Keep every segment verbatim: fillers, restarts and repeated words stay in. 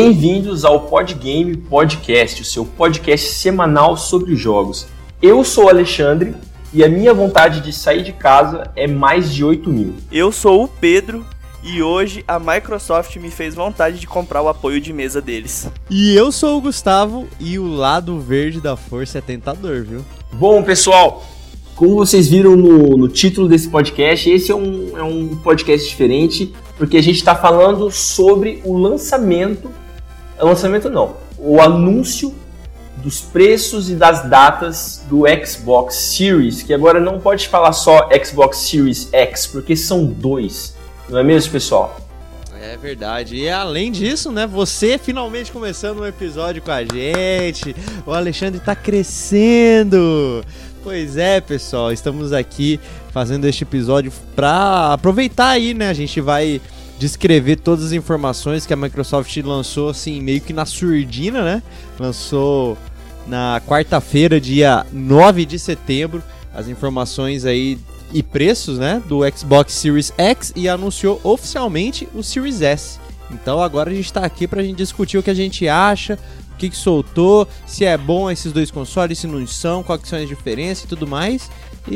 Bem-vindos ao Podgame Podcast, o seu podcast semanal sobre jogos. Eu sou o Alexandre e a minha vontade de sair de casa é mais de oito mil. Eu sou o Pedro e hoje a Microsoft me fez vontade de comprar o apoio de mesa deles. E eu sou o Gustavo e o lado verde da força é tentador, viu? Bom, pessoal, como vocês viram no, no título desse podcast, esse é um, é um podcast diferente, porque a gente está falando sobre o lançamento, lançamento não, o anúncio dos preços e das datas do Xbox Series, que agora não pode falar só Xbox Series X, porque são dois, não é mesmo, pessoal? É verdade, e além disso, né, você finalmente começando um episódio com a gente, o Alexandre tá crescendo. Pois é, pessoal, estamos aqui fazendo este episódio para aproveitar aí, né, a gente vai descrever todas as informações que a Microsoft lançou, assim, meio que na surdina, né, lançou na quarta-feira, dia nove de setembro, as informações aí e preços, né, do Xbox Series X e anunciou oficialmente o Series S. Então agora a gente tá aqui pra gente discutir o que a gente acha, o que que soltou, se é bom esses dois consoles, se não são, quais são as diferenças e tudo mais.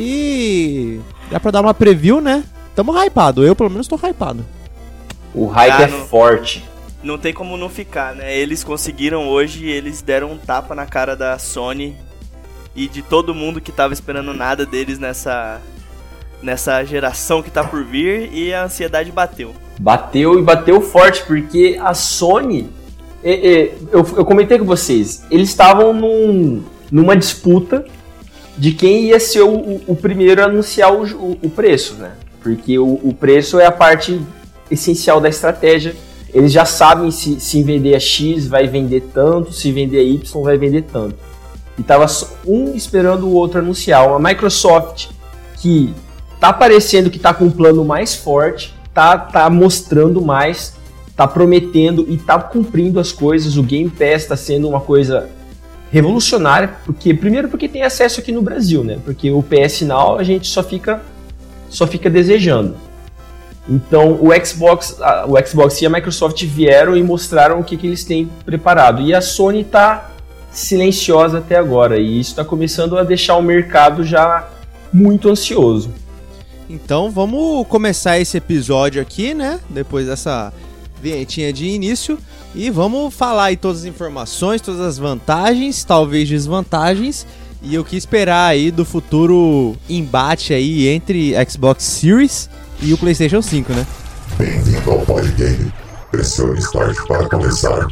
E dá pra dar uma preview, né? Tamo hypado, eu pelo menos tô hypado. O hype Ah, é não- forte. Não tem como não ficar, né? Eles conseguiram hoje, eles deram um tapa na cara da Sony e de todo mundo que tava esperando nada deles nessa, nessa geração que tá por vir, e a ansiedade bateu. Bateu e bateu forte, porque a Sony, é, é, eu, eu comentei com vocês, eles estavam num, numa disputa de quem ia ser o, o- o primeiro a anunciar o, o- o preço, né? Porque o, o preço é a parte essencial da estratégia. Eles já sabem se, se vender a X vai vender tanto, se vender a Y vai vender tanto. E tava só um esperando o outro anunciar. A Microsoft, que tá parecendo que tá com um plano mais forte, tá, tá mostrando mais, tá prometendo e tá cumprindo as coisas. O Game Pass tá sendo uma coisa revolucionária, porque primeiro porque tem acesso aqui no Brasil, né? Porque o P S Now a gente só fica, só fica desejando. Então o Xbox, a- o Xbox e a Microsoft vieram e mostraram o que, que eles têm preparado. E a Sony tá silenciosa até agora, e isso está começando a deixar o mercado já muito ansioso. Então vamos começar esse episódio aqui, né? Depois dessa vinhetinha de início. E vamos falar aí todas as informações, todas as vantagens, talvez desvantagens. E o que esperar aí do futuro embate aí entre Xbox Series e o PlayStation cinco, né? Bem-vindo ao Podgame. Pressione Start para começar.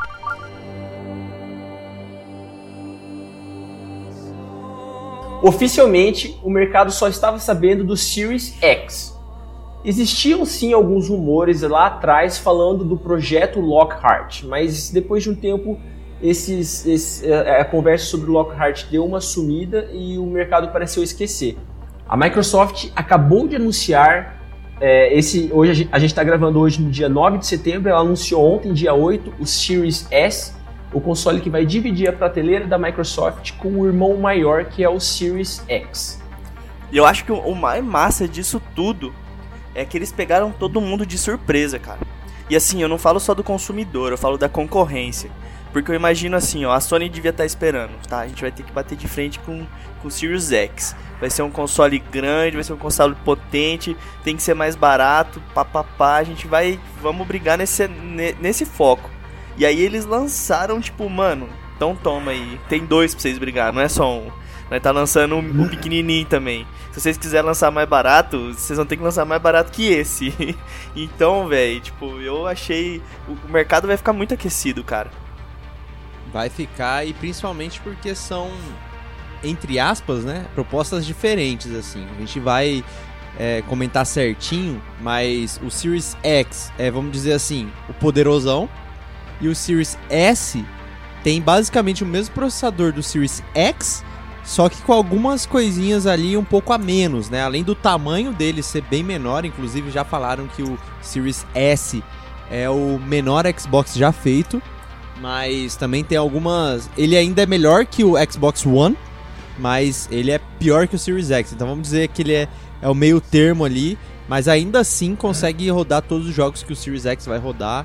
Oficialmente, o mercado só estava sabendo do Series X. Existiam sim alguns rumores lá atrás falando do projeto Lockhart, mas depois de um tempo esses, esse- a a conversa sobre o Lockhart deu uma sumida e o mercado pareceu esquecer. A Microsoft acabou de anunciar, é, esse, hoje a gente- a gente está gravando hoje no dia nove de setembro, ela anunciou ontem, dia oito, o Series S, o console que vai dividir a prateleira da Microsoft com o irmão maior, que é o Series X. E eu acho que o, o mais massa disso tudo é que eles pegaram todo mundo de surpresa, cara. E assim, eu não falo só do consumidor, eu falo da concorrência. Porque eu imagino assim, ó, a Sony devia estar esperando, tá? A gente vai ter que bater de frente com, com o Series X. Vai ser um console grande, vai ser um console potente, tem que ser mais barato, papapá, a gente vai, vamos brigar nesse, ne- nesse foco. E aí eles lançaram, tipo, mano, então toma aí, tem dois pra vocês brigar, não é só um. Nós tá lançando um, um pequenininho também. Se vocês quiserem lançar mais barato, vocês vão ter que lançar mais barato que esse. Então, velho, tipo, eu achei, o o mercado vai ficar muito aquecido, cara. Vai ficar, e principalmente porque são, entre aspas, né, propostas diferentes, assim. A gente vai é, comentar certinho, mas o Series X é, vamos dizer assim, o poderosão, e o Series S tem basicamente o mesmo processador do Series X, só que com algumas coisinhas ali um pouco a menos, né? Além do tamanho dele ser bem menor, inclusive já falaram que o Series S é o menor Xbox já feito, mas também tem algumas... Ele ainda é melhor que o Xbox One, mas ele é pior que o Series X, então vamos dizer que ele é, é o meio termo ali, mas ainda assim consegue rodar todos os jogos que o Series X vai rodar.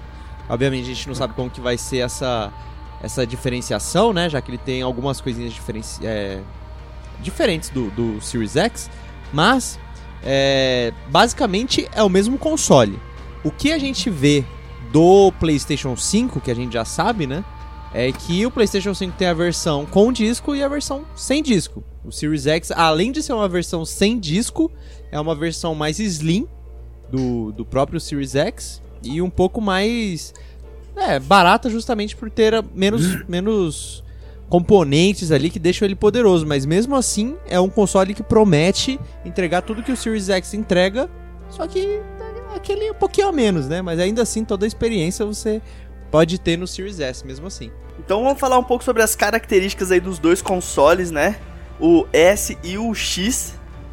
Obviamente a gente não sabe como que vai ser essa, essa diferenciação, né? Já que ele tem algumas coisinhas diferenci- é, diferentes do, do Series X. Mas, é, basicamente, é o mesmo console. O que a gente vê do PlayStation cinco, que a gente já sabe, né? É que o PlayStation cinco tem a versão com disco e a versão sem disco. O Series X, além de ser uma versão sem disco, é uma versão mais slim do, do próprio Series X e um pouco mais é, barata justamente por ter a, menos, menos componentes ali que deixam ele poderoso. Mas mesmo assim, é um console que promete entregar tudo que o Series X entrega, só que aquele um pouquinho a menos, né? Mas ainda assim, toda a experiência você pode ter no Series S, mesmo assim. Então vamos falar um pouco sobre as características aí dos dois consoles, né? O S e o X.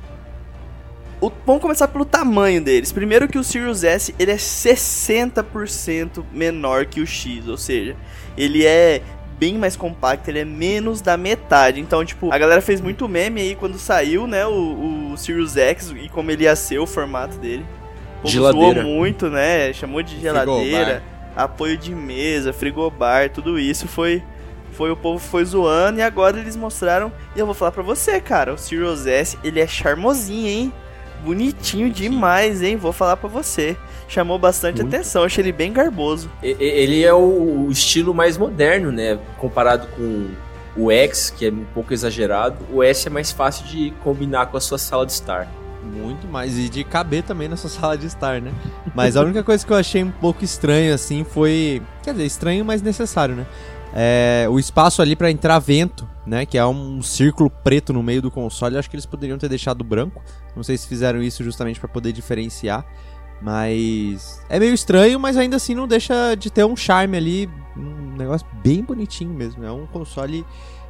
O, vamos começar pelo tamanho deles. Primeiro que o Series S, ele é sessenta por cento menor que o X, ou seja, ele é bem mais compacto, ele é menos da metade. Então, tipo, a galera fez muito meme aí quando saiu, né, o, o Series X e como ele ia ser o formato dele. O povo Geladeira. zoou muito, né, chamou de geladeira, apoio de mesa, frigobar, tudo isso foi... Foi o povo foi zoando e agora eles mostraram. E eu vou falar pra você, cara, o Series S, ele é charmosinho, hein? Bonitinho demais, hein? Vou falar pra você. Chamou bastante Muito. atenção, achei ele bem garboso. E- e- Ele é o estilo mais moderno, né? Comparado com o X, que é um pouco exagerado. O S é mais fácil de combinar com a sua sala de estar. Muito mais, e de caber também na sua sala de estar, né? Mas a única coisa que eu achei um pouco estranho, assim, foi... Quer dizer, estranho, mas necessário, né? É, o espaço ali pra entrar vento, né? Que é um círculo preto no meio do console. Acho que eles poderiam ter deixado branco. Não sei se fizeram isso justamente pra poder diferenciar. Mas é meio estranho, mas ainda assim não deixa de ter um charme ali. Um negócio bem bonitinho mesmo. É um console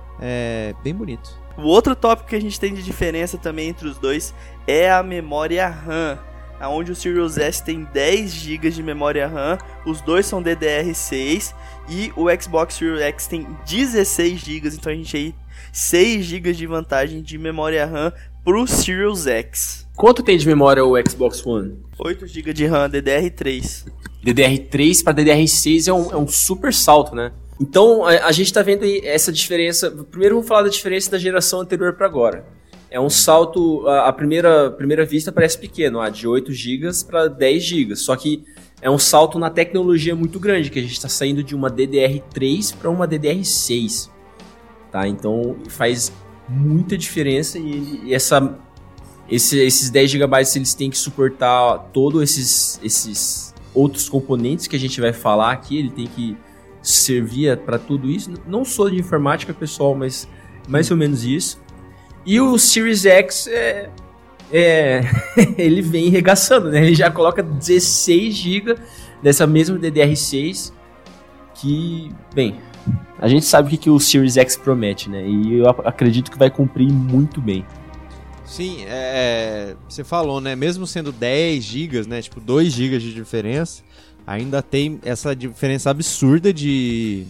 é, bem bonito. O outro tópico que a gente tem de diferença também entre os dois é a memória RAM. Onde o Series S tem dez gigas de memória RAM, os dois são D D R seis e o Xbox Series X tem dezesseis gigas, então a gente aí seis gigas de vantagem de memória RAM pro Series X. Quanto tem de memória o Xbox One? oito gigas de RAM, D D R três. D D R três para D D R seis é um, é um super salto, né? Então a, a gente tá vendo aí essa diferença. Primeiro eu vou falar da diferença da geração anterior para agora. É um salto, a, a primeira, primeira vista parece pequeno, ah, de oito gigas para dez gigas. Só que é um salto na tecnologia muito grande, que a gente está saindo de uma D D R três para uma D D R seis. Tá? Então faz muita diferença e, e essa, esse, esses dez gigabytes eles têm que suportar todos esses, esses outros componentes que a gente vai falar aqui. Ele tem que servir para tudo isso. Não sou de informática, pessoal, mas mais ou menos isso. E o Series X, é, é, ele vem regaçando, né? Ele já coloca dezesseis gigas dessa mesma D D R seis, que, bem, a gente sabe o que, que o Series X promete, né? E eu acredito que vai cumprir muito bem. Sim, é, você falou, né? Mesmo sendo dez gigas, né? Tipo, dois gigas de diferença, ainda tem essa diferença absurda de...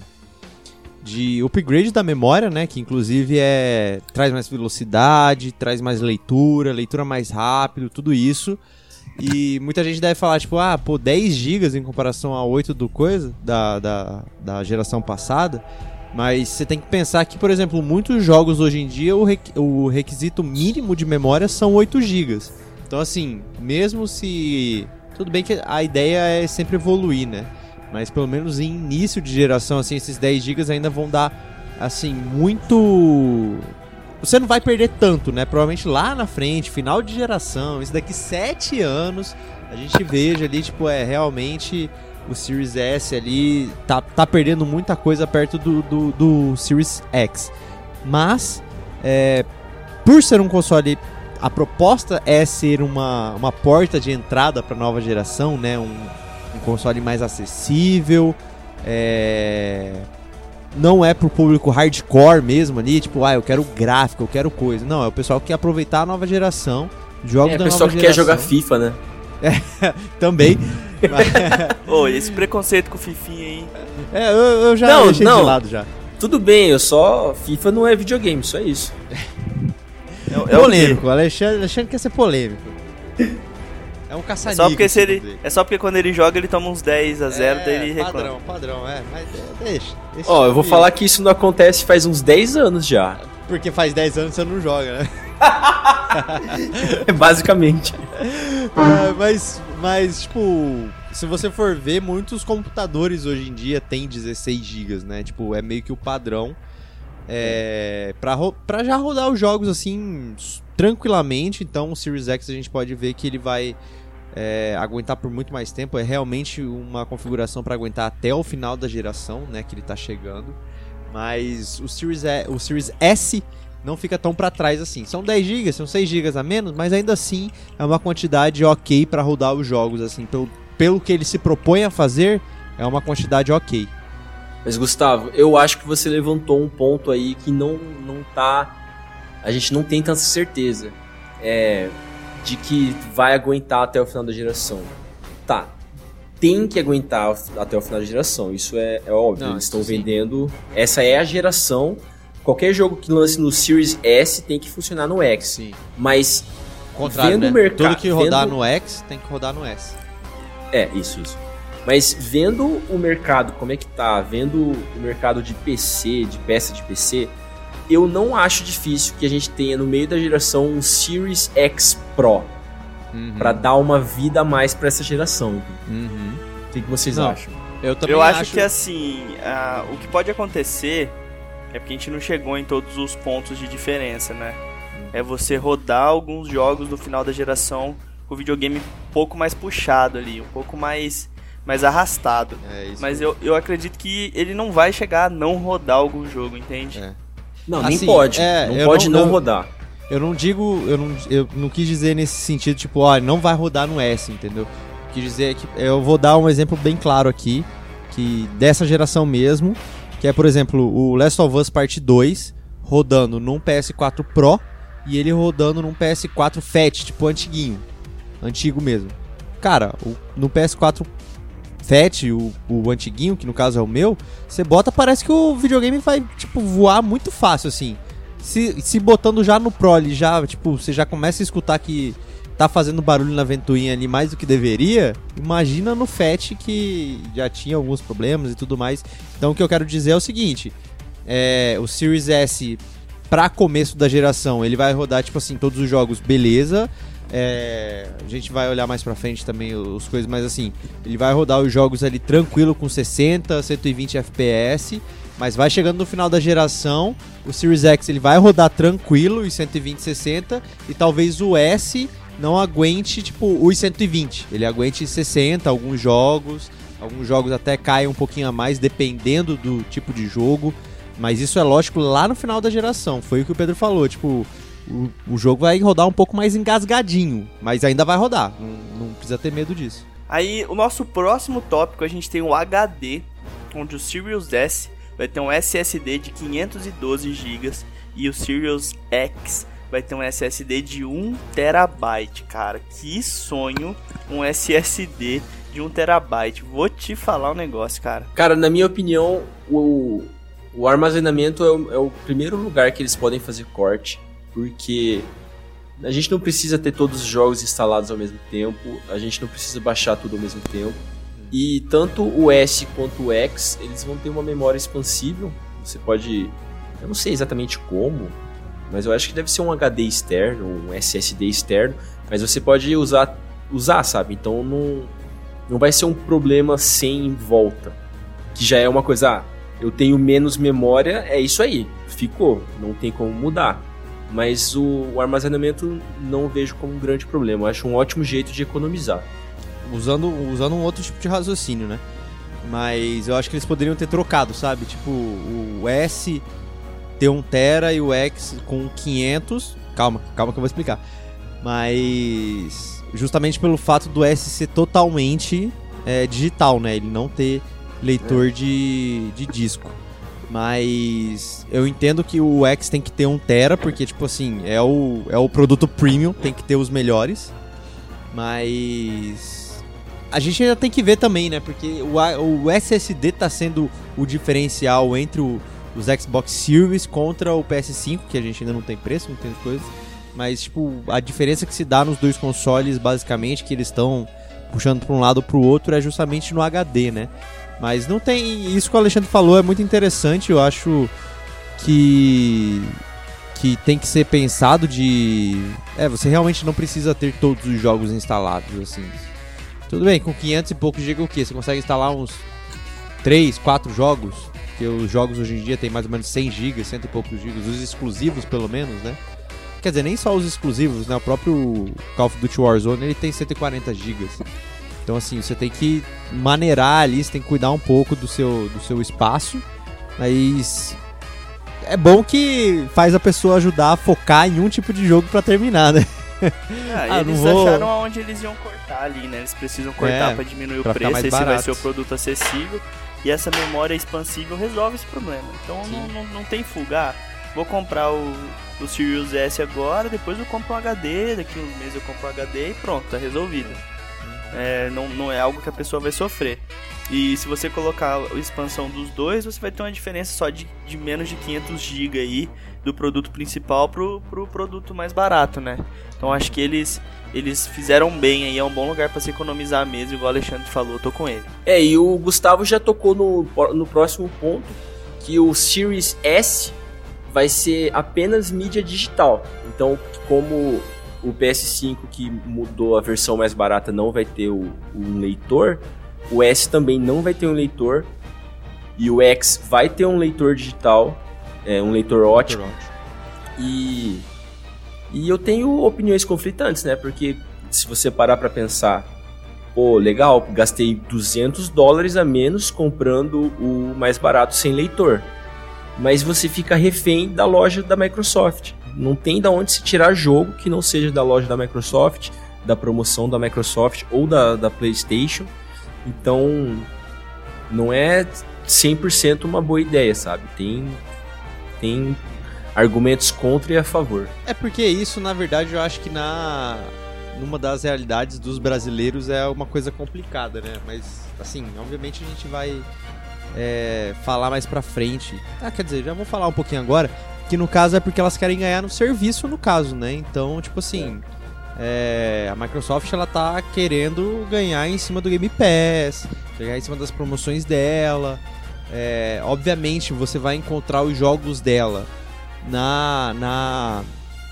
de upgrade da memória, né, que inclusive é traz mais velocidade, traz mais leitura, leitura mais rápido, tudo isso. E muita gente deve falar, tipo, ah, pô, dez gigas em comparação a oito do coisa, da, da, da geração passada. Mas você tem que pensar que, por exemplo, muitos jogos hoje em dia, o, requ- o requisito mínimo de memória são oito gigas. Então, assim, mesmo se... Tudo bem que a ideia é sempre evoluir, né? Mas pelo menos em início de geração, assim, esses dez gigas ainda vão dar, assim, muito... Você não vai perder tanto, né? Provavelmente lá na frente, final de geração, isso daqui sete anos, a gente veja ali, tipo, é realmente o Series S ali tá, tá perdendo muita coisa perto do, do, do Series X. Mas, é, por ser um console, a proposta é ser uma, uma porta de entrada para nova geração, né? Um, um console mais acessível, é... não é pro público hardcore mesmo ali, tipo, ah, eu quero gráfico, eu quero coisa. Não, é o pessoal que quer aproveitar a nova geração, jogos É, o da pessoal nova que geração. quer jogar FIFA, né? Também. Ô, oh, esse preconceito com o Fifinha aí. É, eu, eu já Não, deixei não. de lado já. Tudo bem, eu só... FIFA não é videogame, só isso. É, é o quê? Polêmico, o Alexandre, Alexandre quer ser polêmico. É É um É caçanico. só, porque se esse ele, dele. é só porque quando ele joga ele toma uns dez a zero, daí ele reclama. Padrão, padrão, é. Mas é, deixa. deixa Ó, eu vou que- falar que isso não acontece faz uns dez anos já. Porque faz dez anos que você não joga, né? Basicamente. É, mas, mas, tipo, se você for ver, muitos computadores hoje em dia têm dezesseis gigas, né? Tipo, é meio que o padrão. É, pra, ro- pra já rodar os jogos, assim, s- tranquilamente. Então, o Series X a gente pode ver que ele vai é, aguentar por muito mais tempo. É realmente uma configuração para aguentar até o final da geração, né? Que ele tá chegando. Mas o Series, e, o Series S não fica tão para trás assim. São dez gigas, são seis gigas a menos, mas ainda assim é uma quantidade ok para rodar os jogos, assim, pelo, pelo que ele se propõe a fazer, é uma quantidade ok. Mas, Gustavo, eu acho que você levantou um ponto aí que não, não tá... A gente não tem tanta certeza é, de que vai aguentar até o final da geração. Tá, tem que aguentar até o final da geração, isso é, é óbvio. Não, Eles isso estão sim. vendendo... Essa é a geração. Qualquer jogo que lance no Series S tem que funcionar no X. Sim. Mas, Contrário, vendo né? o mercado... Tudo que rodar vendo... no X tem que rodar no S. É, isso, isso. Mas vendo o mercado, como é que tá, vendo o mercado de P C, de peça de P C, eu não acho difícil que a gente tenha no meio da geração um Series X Pro, Uhum. pra dar uma vida a mais pra essa geração. Uhum. O que, que vocês Não. acham? Eu também Eu acho, acho que assim, ah, o que pode acontecer é porque a gente não chegou em todos os pontos de diferença, né? É você rodar alguns jogos no final da geração com o videogame um pouco mais puxado ali, um pouco mais, mais arrastado. É isso. Mas eu, eu acredito que ele não vai chegar a não rodar algum jogo, entende? É. Não, nem Assim, pode. é, não eu pode não- não, eu- rodar. Eu não digo, eu não, eu não quis dizer nesse sentido, tipo, ó, não vai rodar no S, entendeu? Quis dizer que eu vou dar um exemplo bem claro aqui, que dessa geração mesmo, que é, por exemplo, o Last of Us Part dois rodando num P S quatro Pro e ele rodando num P S quatro Fat, tipo antiguinho, antigo mesmo. Cara, o, no P S quatro Fat, o, o antiguinho, que no caso é o meu, você bota, parece que o videogame vai, tipo, voar muito fácil, assim. Se, se botando já no Pro, ele já, tipo, você já começa a escutar que tá fazendo barulho na ventoinha ali mais do que deveria, imagina no Fat que já tinha alguns problemas e tudo mais. Então o que eu quero dizer é o seguinte, é, o Series S, pra começo da geração, ele vai rodar, tipo assim, todos os jogos, beleza. É, a gente vai olhar mais pra frente também os coisas, mas assim, ele vai rodar os jogos ali tranquilo com sessenta, cento e vinte F P S, mas vai chegando no final da geração, o Series X ele vai rodar tranquilo em cento e vinte, sessenta, e talvez o S não aguente tipo os cento e vinte, ele aguente sessenta, alguns jogos, alguns jogos até caem um pouquinho a mais dependendo do tipo de jogo, mas isso é lógico lá no final da geração, foi o que o Pedro falou, tipo, o, o jogo vai rodar um pouco mais engasgadinho, mas ainda vai rodar, não, não precisa ter medo disso. Aí, o nosso próximo tópico, a gente tem o H D, onde o Series S vai ter um S S D de quinhentos e doze gigas e o Series X vai ter um S S D de um terabyte, cara. Que sonho, um S S D de um terabyte. Vou te falar um negócio, cara. Cara, na minha opinião, o, o armazenamento é o, é o primeiro lugar que eles podem fazer corte, porque a gente não precisa ter todos os jogos instalados ao mesmo tempo, a gente não precisa baixar tudo ao mesmo tempo. E tanto o S quanto o X, eles vão ter uma memória expansível. Você pode... Eu não sei exatamente como, mas eu acho que deve ser um H D externo, um S S D externo, mas você pode usar, usar sabe? Então não, não vai ser um problema sem volta. Que já é uma coisa, ah, eu tenho menos memória, é isso aí, ficou, não tem como mudar. Mas o, o armazenamento não vejo como um grande problema, eu acho um ótimo jeito de economizar. Usando, usando um outro tipo de raciocínio, né? Mas eu acho que eles poderiam ter trocado, sabe? Tipo, o S ter um tera e o X com quinhentos. Calma, calma que eu vou explicar. Mas justamente pelo fato do S ser totalmente é, digital, né? Ele não ter leitor é. de, de disco. Mas eu entendo que o X tem que ter um tera, porque, tipo assim, é o, é o produto premium, tem que ter os melhores. Mas a gente ainda tem que ver também, né? Porque o, o S S D tá sendo o diferencial entre o, os Xbox Series contra o P S cinco, que a gente ainda não tem preço, não tem as coisas. Mas, tipo, a diferença que se dá nos dois consoles, basicamente, que eles estão puxando para um lado ou para o outro, é justamente no H D, né? Mas não tem... Isso que o Alexandre falou é muito interessante, eu acho que... que tem que ser pensado de... É, você realmente não precisa ter todos os jogos instalados, assim. Tudo bem, com quinhentos e poucos gigas o quê? Você consegue instalar uns três, quatro jogos? Porque os jogos hoje em dia tem mais ou menos cem gigas, cento e poucos gigas, os exclusivos pelo menos, né? Quer dizer, nem só os exclusivos, né? O próprio Call of Duty Warzone, ele tem cento e quarenta gigas. Então, assim, você tem que maneirar ali, você tem que cuidar um pouco do seu, do seu espaço. Mas é bom que faz a pessoa ajudar a focar em um tipo de jogo pra terminar, né? Ah, ah, eles vou... acharam aonde eles iam cortar ali, né? Eles precisam cortar é, pra diminuir pra o preço, esse barato. Vai ser o produto acessível. E essa memória expansível resolve esse problema. Então não, não, não tem fuga. Ah, vou comprar o, o Series S agora, depois eu compro um H D, daqui uns meses eu compro um H D e pronto, tá resolvido. É, não, não é algo que a pessoa vai sofrer. E se você colocar a expansão dos dois, você vai ter uma diferença só de, de menos de quinhentos gigas aí do produto principal pro, pro produto mais barato, né? Então acho que eles, eles fizeram bem aí, é um bom lugar pra se economizar mesmo, igual o Alexandre falou, eu tô com ele. É, e o Gustavo já tocou no, no próximo ponto, que o Series S vai ser apenas mídia digital. Então, como o P S cinco que mudou a versão mais barata não vai ter o, um leitor, o S também não vai ter um leitor, e o X vai ter um leitor digital, é, um leitor ótico. E, e eu tenho opiniões conflitantes, né? Porque se você parar pra pensar, pô, legal, gastei duzentos dólares a menos comprando o mais barato sem leitor. Mas você fica refém da loja da Microsoft. Não tem da onde se tirar jogo que não seja da loja da Microsoft, da promoção da Microsoft ou da, da PlayStation. Então, não é cem por cento uma boa ideia, sabe? Tem, tem argumentos contra e a favor. É porque isso, na verdade, eu acho que na numa das realidades dos brasileiros é uma coisa complicada, né? Mas, assim, obviamente a gente vai é, falar mais pra frente. Ah, quer dizer, já vou falar um pouquinho agora, que no caso é porque elas querem ganhar no serviço, no caso, né? Então, tipo assim... É, a Microsoft ela tá querendo ganhar em cima do Game Pass, ganhar em cima das promoções dela. É, obviamente você vai encontrar os jogos dela na, na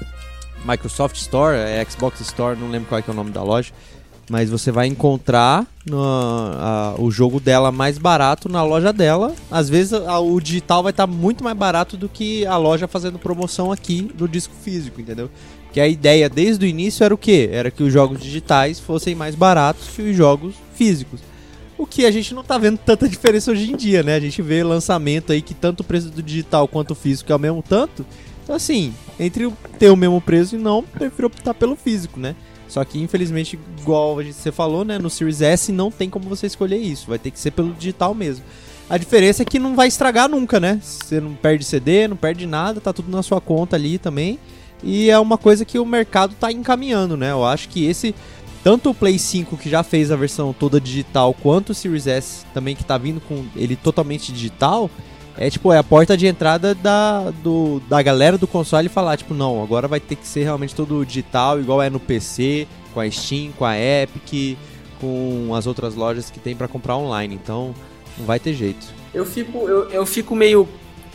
Microsoft Store, é Xbox Store, não lembro qual é, que é o nome da loja, mas você vai encontrar no, a, o jogo dela mais barato na loja dela. Às vezes a, o digital vai estar tá muito mais barato do que a loja fazendo promoção aqui no disco físico, entendeu? Que a ideia desde o início era o quê? Era que os jogos digitais fossem mais baratos que os jogos físicos. O que a gente não tá vendo tanta diferença hoje em dia, né? A gente vê lançamento aí que tanto o preço do digital quanto o físico é o mesmo tanto. Então assim, entre ter o mesmo preço e não, prefiro optar pelo físico, né? Só que infelizmente, igual você falou, né? No Series S não tem como você escolher isso. Vai ter que ser pelo digital mesmo. A diferença é que não vai estragar nunca, né? Você não perde C D, não perde nada, tá tudo na sua conta ali também. E é uma coisa que o mercado está encaminhando, né? Eu acho que esse, tanto o Play cinco que já fez a versão toda digital, quanto o Series S também que está vindo com ele totalmente digital, é tipo, é a porta de entrada da, do, da galera do console falar, tipo, não, agora vai ter que ser realmente todo digital, igual é no P C, com a Steam, com a Epic, com as outras lojas que tem para comprar online, então não vai ter jeito. Eu fico, eu, eu fico meio...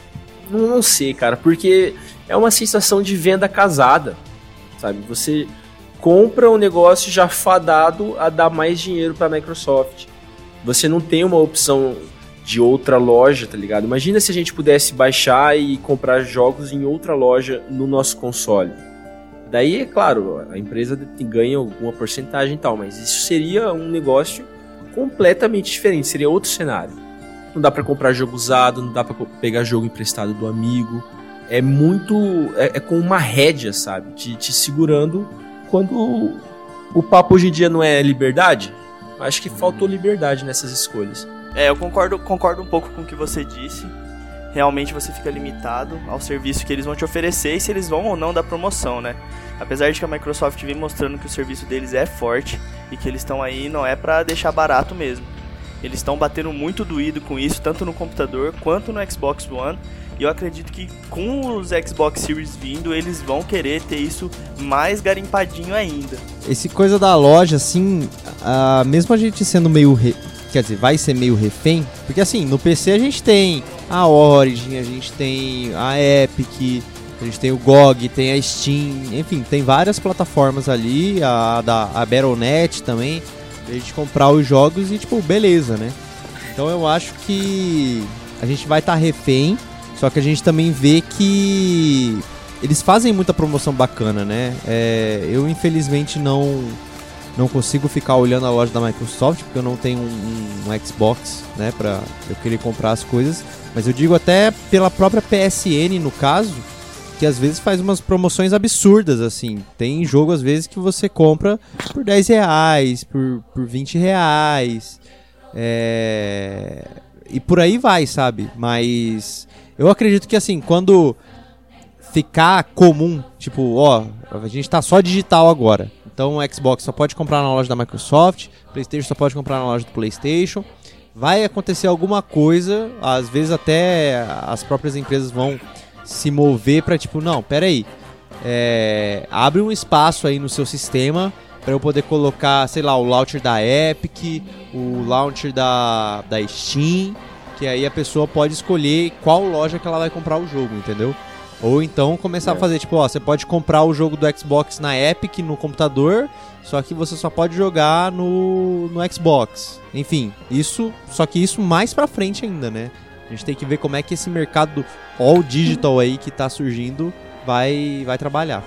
Não, não sei, cara, porque... É uma sensação de venda casada, sabe? Você compra um negócio já fadado a dar mais dinheiro para a Microsoft. Você não tem uma opção de outra loja, tá ligado? Imagina se a gente pudesse baixar e comprar jogos em outra loja no nosso console. Daí, é claro, a empresa ganha alguma porcentagem e tal, mas isso seria um negócio completamente diferente, seria outro cenário. Não dá para comprar jogo usado, não dá para pegar jogo emprestado do amigo. É muito... É, é com uma rédea, sabe? Te, te segurando quando o, o papo hoje em dia não é liberdade. Acho que faltou liberdade nessas escolhas. É, eu concordo, concordo um pouco com o que você disse. Realmente você fica limitado ao serviço que eles vão te oferecer e se eles vão ou não dar promoção, né? Apesar de que a Microsoft vem mostrando que o serviço deles é forte e que eles estão aí não é pra deixar barato mesmo. Eles estão batendo muito doído com isso, tanto no computador quanto no Xbox One. E eu acredito que com os Xbox Series vindo, eles vão querer ter isso mais garimpadinho ainda. Esse coisa da loja, assim, uh, mesmo a gente sendo meio... Re... Quer dizer, vai ser meio refém. Porque assim, no P C a gente tem a Origin, a gente tem a Epic, a gente tem o G O G, tem a Steam. Enfim, tem várias plataformas ali, a da a Battle ponto net também, pra gente comprar os jogos e tipo, beleza, né? Então eu acho que a gente vai estar tá refém, só que a gente também vê que eles fazem muita promoção bacana, né? É, eu infelizmente não... Não consigo ficar olhando a loja da Microsoft, porque eu não tenho um, um, um Xbox, né, pra eu querer comprar as coisas. Mas eu digo até pela própria P S N, no caso, que às vezes faz umas promoções absurdas, assim. Tem jogo, às vezes, que você compra por dez reais, por, por vinte reais. É... E por aí vai, sabe? Mas eu acredito que, assim, quando ficar comum, tipo, ó, a gente tá só digital agora. Então o Xbox só pode comprar na loja da Microsoft, PlayStation só pode comprar na loja do PlayStation. Vai acontecer alguma coisa, às vezes até as próprias empresas vão se mover para tipo, não, pera aí, é, abre um espaço aí no seu sistema para eu poder colocar, sei lá, o launcher da Epic, o launcher da, da Steam, que aí a pessoa pode escolher qual loja que ela vai comprar o jogo, entendeu? Ou então começar é. a fazer, tipo, ó, você pode comprar o jogo do Xbox na Epic, no computador, só que você só pode jogar no, no Xbox. Enfim, isso, só que isso mais pra frente ainda, né? A gente tem que ver como é que esse mercado all digital aí que tá surgindo vai, vai trabalhar.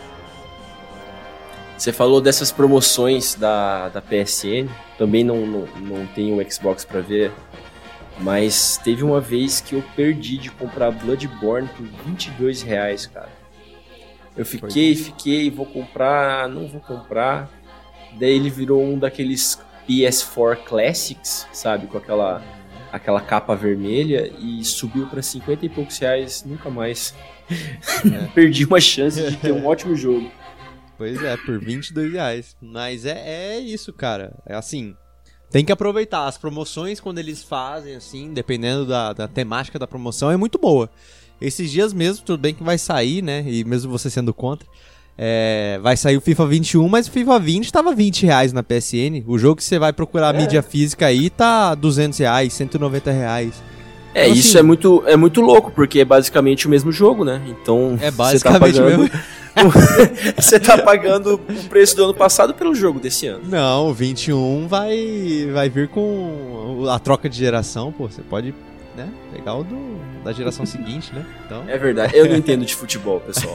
Você falou dessas promoções da, da P S N, também não, não, não tenho um Xbox pra ver. Mas teve uma vez que eu perdi de comprar Bloodborne por vinte e dois reais, cara. Eu fiquei, fiquei, vou comprar, não vou comprar. Daí ele virou um daqueles P S quatro Classics, sabe? Com aquela, aquela capa vermelha e subiu para cinquenta e poucos reais, nunca mais. É. Perdi uma chance de ter um ótimo jogo. Pois é, por vinte e dois reais. Mas é, é isso, cara. É assim... Tem que aproveitar. As promoções, quando eles fazem, assim, dependendo da, da temática da promoção, é muito boa. Esses dias mesmo, tudo bem que vai sair, né? E mesmo você sendo contra, é, vai sair o FIFA vinte e um, mas o FIFA vinte tava vinte reais na P S N. O jogo que você vai procurar a é. mídia física aí tá duzentos reais, cento e noventa reais. É, então, isso assim, é, muito, é muito louco, porque é basicamente o mesmo jogo, né? Então, é basicamente você tá pagando... o mesmo... Você tá pagando o preço do ano passado pelo jogo desse ano. Não, o vinte e um vai, vai vir com a troca de geração, pô. Você pode, né, pegar o do, da geração seguinte, né? Então... É verdade, eu não entendo de futebol, pessoal.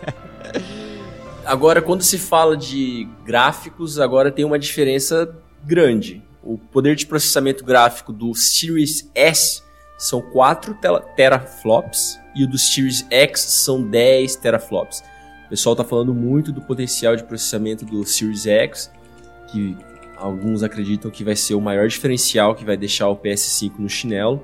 Agora, quando se fala de gráficos, agora tem uma diferença grande. O poder de processamento gráfico do Series S são quatro teraflops e o do Series X são dez teraflops. O pessoal está falando muito do potencial de processamento do Series X, que alguns acreditam que vai ser o maior diferencial que vai deixar o P S cinco no chinelo.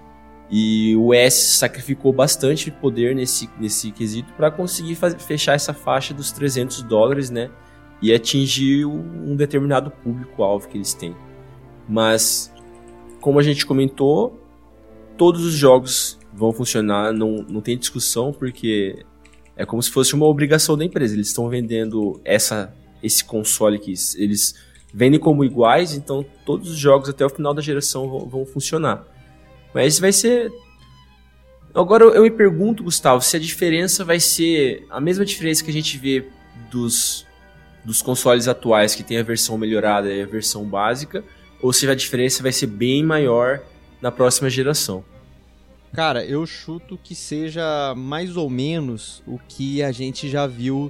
E o S sacrificou bastante poder nesse, nesse quesito para conseguir faz, fechar essa faixa dos trezentos dólares, né? E atingir um determinado público-alvo que eles têm. Mas, como a gente comentou, todos os jogos vão funcionar, não, não tem discussão, porque... É como se fosse uma obrigação da empresa. Eles estão vendendo essa, esse console que eles vendem como iguais, então todos os jogos até o final da geração vão, vão funcionar. Mas vai ser... Agora eu me pergunto, Gustavo, se a diferença vai ser a mesma diferença que a gente vê dos, dos consoles atuais, que tem a versão melhorada e a versão básica, ou se a diferença vai ser bem maior na próxima geração. Cara, eu chuto que seja mais ou menos o que a gente já viu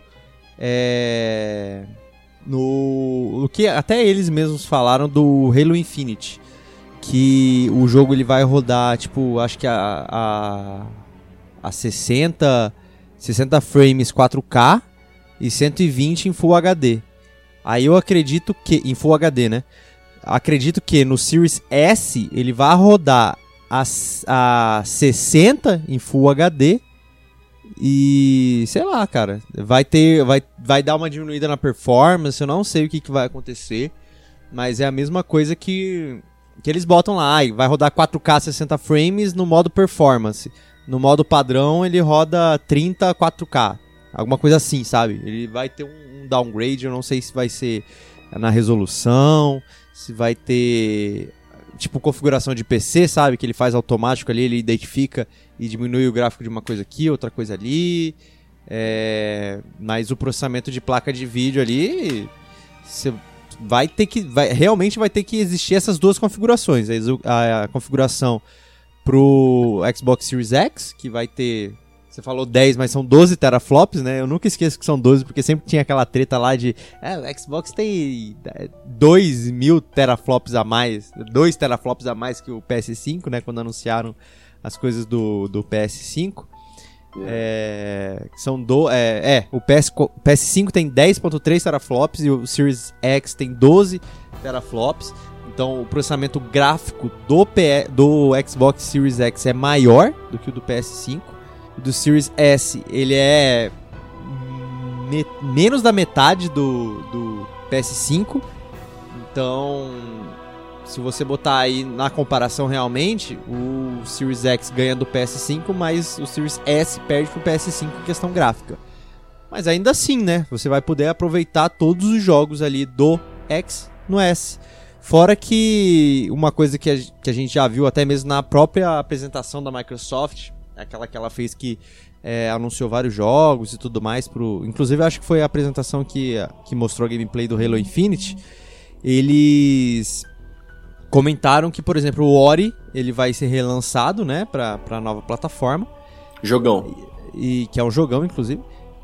é, no... O que até eles mesmos falaram do Halo Infinite. Que o jogo ele vai rodar, tipo, acho que a, a, a sessenta, sessenta frames quatro K e cento e vinte em Full H D. Aí eu acredito que... Em Full H D, né? Acredito que no Series S ele vai rodar A, a sessenta em Full H D e sei lá, cara, vai ter, vai, vai dar uma diminuída na performance. Eu não sei o que, que vai acontecer, mas é a mesma coisa que que eles botam lá, ah, vai rodar quatro K sessenta frames no modo performance. No modo padrão ele roda trinta quatro K. Alguma coisa assim, sabe? Ele vai ter um, um downgrade, eu não sei se vai ser na resolução, se vai ter tipo configuração de P C, sabe? Que ele faz automático ali, ele identifica e diminui o gráfico de uma coisa aqui, outra coisa ali. É... Mas o processamento de placa de vídeo ali, você vai ter que, vai, realmente vai ter que existir essas duas configurações. A, a configuração pro Xbox Series X, que vai ter, você falou dez, mas são doze teraflops, né? Eu nunca esqueço que são doze, porque sempre tinha aquela treta lá de é, o Xbox tem dois mil teraflops a mais, dois teraflops a mais que o P S cinco, né? Quando anunciaram as coisas do, do P S cinco. É, são do, é, é o P S, P S cinco tem dez vírgula três teraflops e o Series X tem doze teraflops. Então o processamento gráfico do, P, do Xbox Series X é maior do que o do P S cinco. O do Series S ele é me, menos da metade do, do P S cinco. Então, se você botar aí na comparação realmente, o Series X ganha do P S cinco, mas o Series S perde pro P S cinco em questão gráfica. Mas ainda assim, né? Você vai poder aproveitar todos os jogos ali do X no S. Fora que uma coisa que a, que a gente já viu até mesmo na própria apresentação da Microsoft, aquela que ela fez que é, anunciou vários jogos e tudo mais, pro, inclusive acho que foi a apresentação que, que mostrou a gameplay do Halo Infinite. Eles comentaram que, por exemplo, o Ori ele vai ser relançado, né, pra, pra nova plataforma. Jogão. E, e, que é um jogão, inclusive.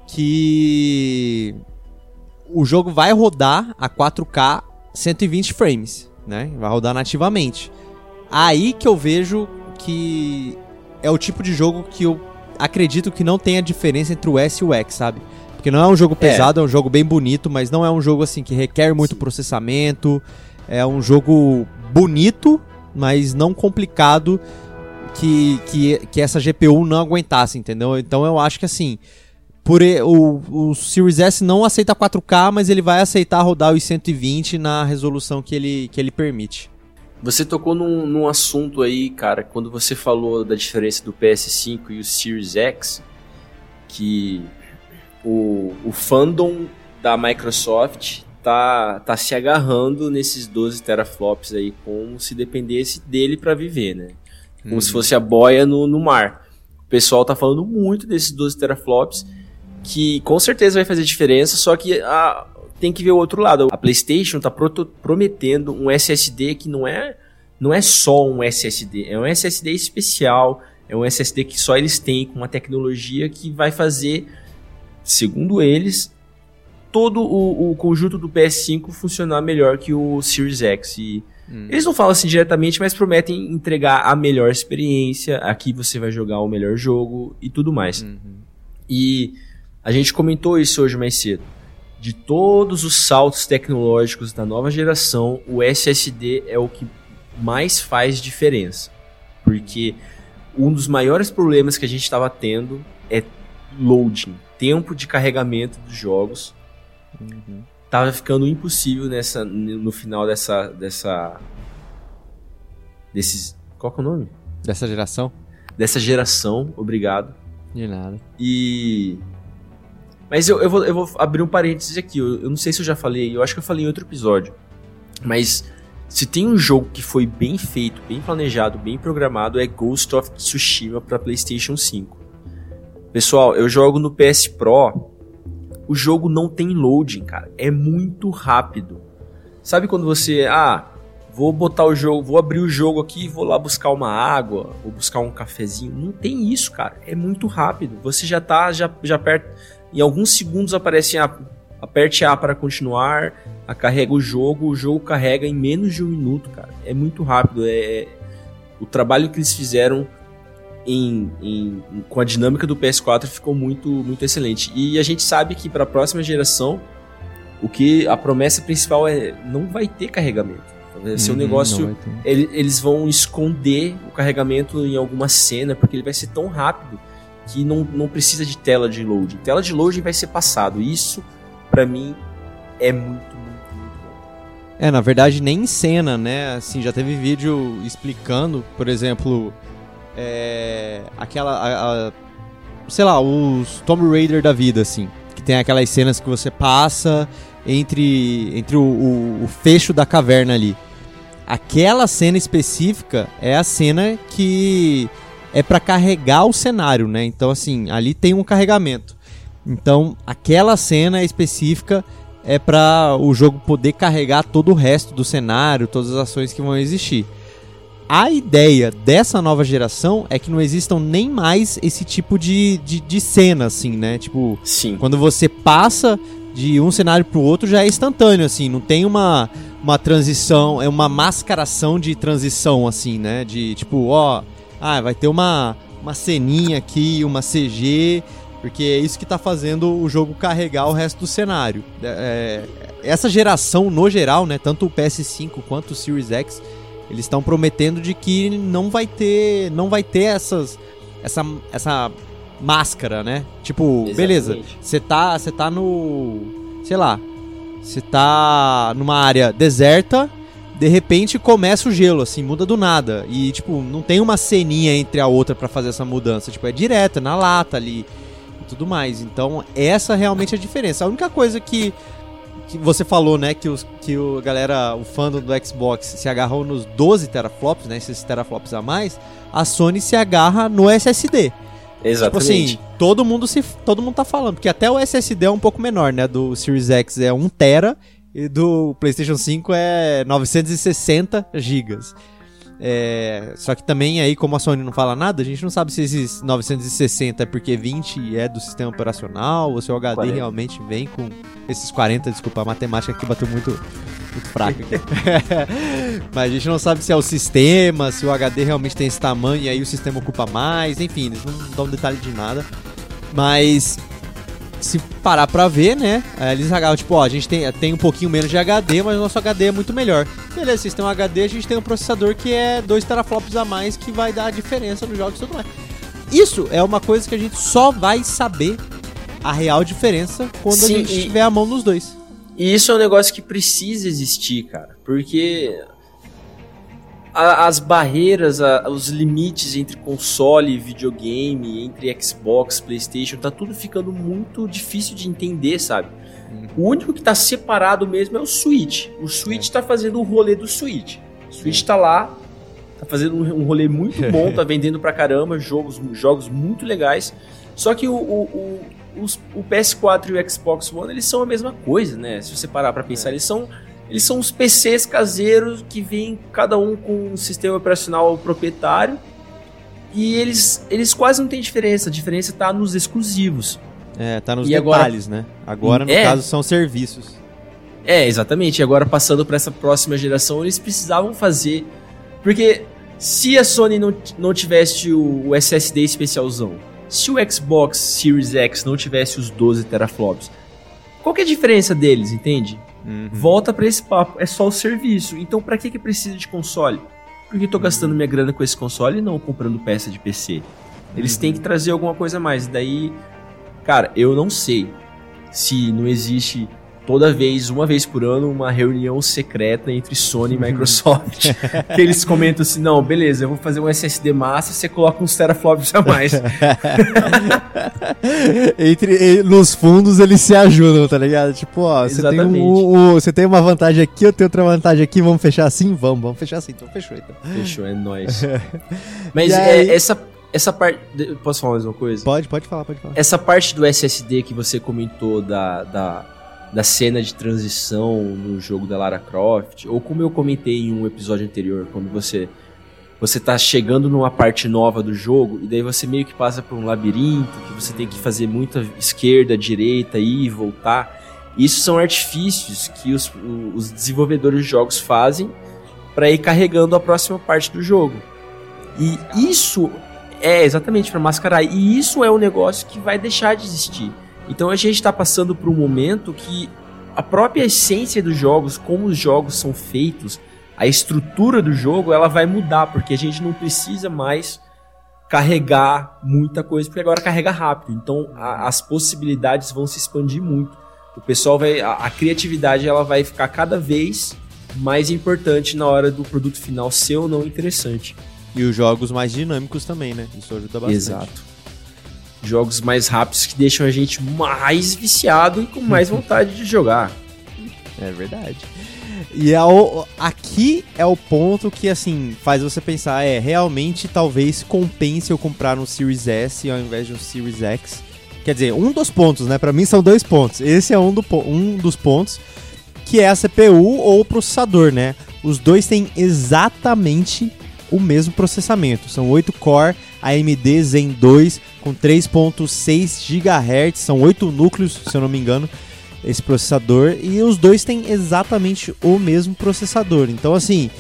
Que o jogo vai rodar a quatro K cento e vinte frames, né? Vai rodar nativamente. Aí que eu vejo que é o tipo de jogo que eu acredito que não tem a diferença entre o S e o X, sabe? Porque não é um jogo pesado, é, é um jogo bem bonito, mas não é um jogo assim que requer muito Sim. processamento. É um jogo bonito, mas não complicado que, que, que essa G P U não aguentasse, entendeu? Então eu acho que assim, por e, o, o Series S não aceita quatro K, mas ele vai aceitar rodar os cento e vinte na resolução que ele, que ele permite. Você tocou num, num assunto aí, cara, quando você falou da diferença do P S cinco e o Series X, que o, o fandom da Microsoft tá, tá se agarrando nesses doze teraflops aí, como se dependesse dele para viver, né? Como uhum. se fosse a boia no, no mar. O pessoal tá falando muito desses doze teraflops, que com certeza vai fazer diferença, só que a, tem que ver o outro lado. A PlayStation tá proto, prometendo um S S D que não é, não é só um S S D, é um S S D especial, é um S S D que só eles têm, com uma tecnologia que vai fazer, segundo eles, todo o, o conjunto do P S cinco funcionar melhor que o Series X. E hum. eles não falam assim diretamente, mas prometem entregar a melhor experiência, aqui você vai jogar o melhor jogo e tudo mais. Uhum. E a gente comentou isso hoje mais cedo. De todos os saltos tecnológicos da nova geração, o S S D é o que mais faz diferença. Porque um dos maiores problemas que a gente estava tendo é loading, tempo de carregamento dos jogos. Uhum. Tava ficando impossível nessa, no final dessa, dessa desses, qual que é o nome? Dessa geração? Dessa geração, obrigado. De nada. E mas eu, eu, vou, eu vou abrir um parênteses aqui. Eu, eu não sei se eu já falei, eu acho que eu falei em outro episódio. Mas se tem um jogo que foi bem feito, bem planejado, bem programado, é Ghost of Tsushima para PlayStation cinco. Pessoal, eu jogo no P S Pro. O jogo não tem loading, cara. É muito rápido. Sabe quando você... Ah, vou botar o jogo... Vou abrir o jogo aqui e vou lá buscar uma água. Ou buscar um cafezinho. Não tem isso, cara. É muito rápido. Você já tá... Já, já aperta... Em alguns segundos aparece... A, aperte A para continuar. A carrega o jogo. O jogo carrega em menos de um minuto, cara. É muito rápido. É, é, o trabalho que eles fizeram... Em, em, com a dinâmica do P S quatro ficou muito, muito excelente. E a gente sabe que para a próxima geração o que a promessa principal é não vai ter carregamento. Vai ser um uhum, negócio, ele, eles vão esconder o carregamento em alguma cena, porque ele vai ser tão rápido que não, não precisa de tela de loading. Tela de loading vai ser passado. Isso para mim é muito, muito, muito bom. É, na verdade, nem em cena, né? Assim, já teve vídeo explicando, por exemplo, é, aquela, a, a, sei lá, os Tomb Raider da vida, assim, que tem aquelas cenas que você passa entre, entre o, o, o fecho da caverna ali. Aquela cena específica é a cena que é pra carregar o cenário, né? Então, assim, ali tem um carregamento. Então, aquela cena específica é para o jogo poder carregar todo o resto do cenário, todas as ações que vão existir. A ideia dessa nova geração é que não existam nem mais esse tipo de, de, de cena, assim, né? Tipo, Sim. Quando você passa de um cenário pro outro já é instantâneo, assim, não tem uma, uma transição, é uma mascaração de transição, assim, né? De tipo, ó, ah, vai ter uma, uma ceninha aqui, uma C G... Porque é isso que tá fazendo o jogo carregar o resto do cenário. É, essa geração, no geral, né, tanto o P S cinco quanto o Series X, eles estão prometendo de que não vai ter, não vai ter essas, essa, essa máscara, né? Tipo, exatamente. Beleza, você tá, você tá no... Sei lá, você tá numa área deserta, de repente começa o gelo, assim, muda do nada. E, tipo, não tem uma ceninha entre a outra pra fazer essa mudança. Tipo, é direto, é na lata ali. Tudo mais, então essa realmente é a diferença. A única coisa que, que você falou, né, que, os, que o galera, o fandom do Xbox se agarrou nos doze teraflops, né, esses teraflops a mais, a Sony se agarra no S S D. Exatamente. Tipo assim, todo mundo, se, todo mundo tá falando, porque até o S S D é um pouco menor, né, do Series X é um tera e do PlayStation cinco é novecentos e sessenta gigas. É, só que também aí, como a Sony não fala nada, a gente não sabe se esses novecentos e sessenta é porque vinte é do sistema operacional ou se o H D quarenta realmente vem com esses quarenta, desculpa, a matemática aqui bateu muito, muito fraca aqui. Mas a gente não sabe se é o sistema, se o H D realmente tem esse tamanho e aí o sistema ocupa mais, enfim, eles não dão detalhe de nada. Mas se parar pra ver, né, eles agarram, tipo, ó, a gente tem, tem um pouquinho menos de H D, mas o nosso H D é muito melhor. Beleza, vocês têm um H D, a gente tem um processador que é dois teraflops a mais, que vai dar a diferença nos jogos e tudo mais. Isso é uma coisa que a gente só vai saber a real diferença quando Sim, a gente e, tiver a mão nos dois. E isso é um negócio que precisa existir, cara, porque a, as barreiras, a, os limites entre console e videogame, entre Xbox, PlayStation, tá tudo ficando muito difícil de entender, sabe? Hum. O único que tá separado mesmo é o Switch. O Switch é. tá fazendo o rolê do Switch. O Switch é. tá lá, tá fazendo um, um rolê muito bom, tá vendendo pra caramba, jogos, jogos muito legais. Só que o, o, o, os, o P S quatro e o Xbox One, eles são a mesma coisa, né? Se você parar pra pensar, é. eles são... Eles são os P Cs caseiros que vêm cada um com um sistema operacional proprietário e eles, eles quase não tem diferença. A diferença tá nos exclusivos. É, tá nos e detalhes, agora, né? Agora, no é, caso, são serviços. É, exatamente. E agora, passando para essa próxima geração, eles precisavam fazer... Porque se a Sony não, não tivesse o, o S S D especialzão, se o Xbox Series X não tivesse os doze teraflops, qual que é a diferença deles, entende? Uhum. Volta pra esse papo, é só o serviço. Então pra que que precisa de console? Porque eu tô gastando minha grana com esse console e não comprando peça de P C. Eles uhum. têm que trazer alguma coisa a mais. Daí, cara, eu não sei se não existe toda vez, uma vez por ano, uma reunião secreta entre Sony e Microsoft. Que eles comentam assim, não, beleza, eu vou fazer um S S D massa, você coloca uns teraflops a mais. entre, nos fundos eles se ajudam, tá ligado? Tipo, ó, você tem, um, um, você tem uma vantagem aqui, eu tenho outra vantagem aqui, vamos fechar assim? Vamos, vamos fechar assim. Então fechou, então. Fechou, é nóis. Mas é, essa... Essa parte... Posso falar mais uma coisa? Pode, pode falar, pode falar. Essa parte do S S D que você comentou da... da da cena de transição no jogo da Lara Croft, ou como eu comentei em um episódio anterior, quando você você tá chegando numa parte nova do jogo, e daí você meio que passa por um labirinto, que você tem que fazer muita esquerda, direita, ir e voltar. Isso são artifícios que os, os desenvolvedores de jogos fazem para ir carregando a próxima parte do jogo. E isso é exatamente para mascarar, e isso é um negócio que vai deixar de existir. Então a gente está passando por um momento que a própria essência dos jogos, como os jogos são feitos, a estrutura do jogo, ela vai mudar, porque a gente não precisa mais carregar muita coisa, porque agora carrega rápido. Então a, as possibilidades vão se expandir muito. O pessoal vai, a, a criatividade ela vai ficar cada vez mais importante na hora do produto final ser ou não interessante. E os jogos mais dinâmicos também, né? Isso ajuda bastante. Exato. Jogos mais rápidos que deixam a gente mais viciado e com mais vontade de jogar. É verdade. E é o, aqui é o ponto que, assim, faz você pensar, é, realmente talvez compense eu comprar um Series S ao invés de um Series X. Quer dizer, um dos pontos, né? Pra mim são dois pontos. Esse é um, do, um dos pontos, que é a C P U ou o processador, né? Os dois têm exatamente o mesmo processamento. São oito core A M D Zen dois com três ponto seis gigahertz, são oito núcleos, se eu não me engano, esse processador, e os dois têm exatamente o mesmo processador. Então, assim,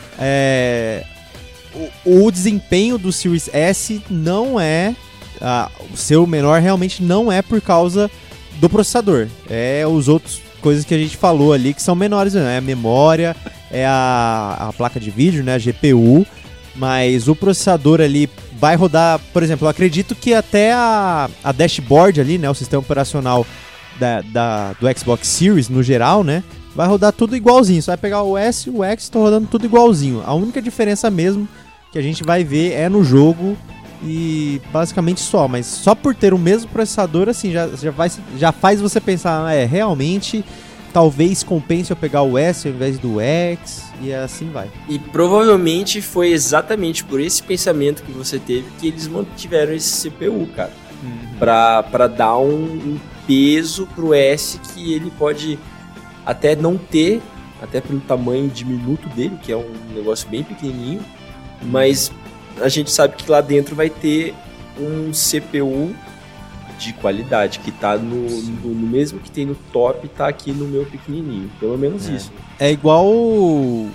é... o, o desempenho do Series S não é... Ah, o seu menor realmente não é por causa do processador. É os outros coisas que a gente falou ali que são menores, né? É a memória, é a, a placa de vídeo, né? A G P U. Mas o processador ali vai rodar, por exemplo, eu acredito que até a, a dashboard ali, né? O sistema operacional da, da, do Xbox Series no geral, né? Vai rodar tudo igualzinho. Você vai pegar o S e o X, estão rodando tudo igualzinho. A única diferença mesmo que a gente vai ver é no jogo. E basicamente só, mas só por ter o mesmo processador, assim, já, já, vai, já faz você pensar, é, realmente, talvez compense eu pegar o S ao invés do X, e assim vai. E provavelmente foi exatamente por esse pensamento que você teve que eles mantiveram esse C P U, cara. Uhum. Pra, pra dar um, um peso pro S que ele pode até não ter, até pelo tamanho diminuto dele, que é um negócio bem pequenininho, mas... a gente sabe que lá dentro vai ter um C P U de qualidade, que tá no, no, no mesmo que tem no top, tá aqui no meu pequenininho. Pelo menos é. isso. É igual o,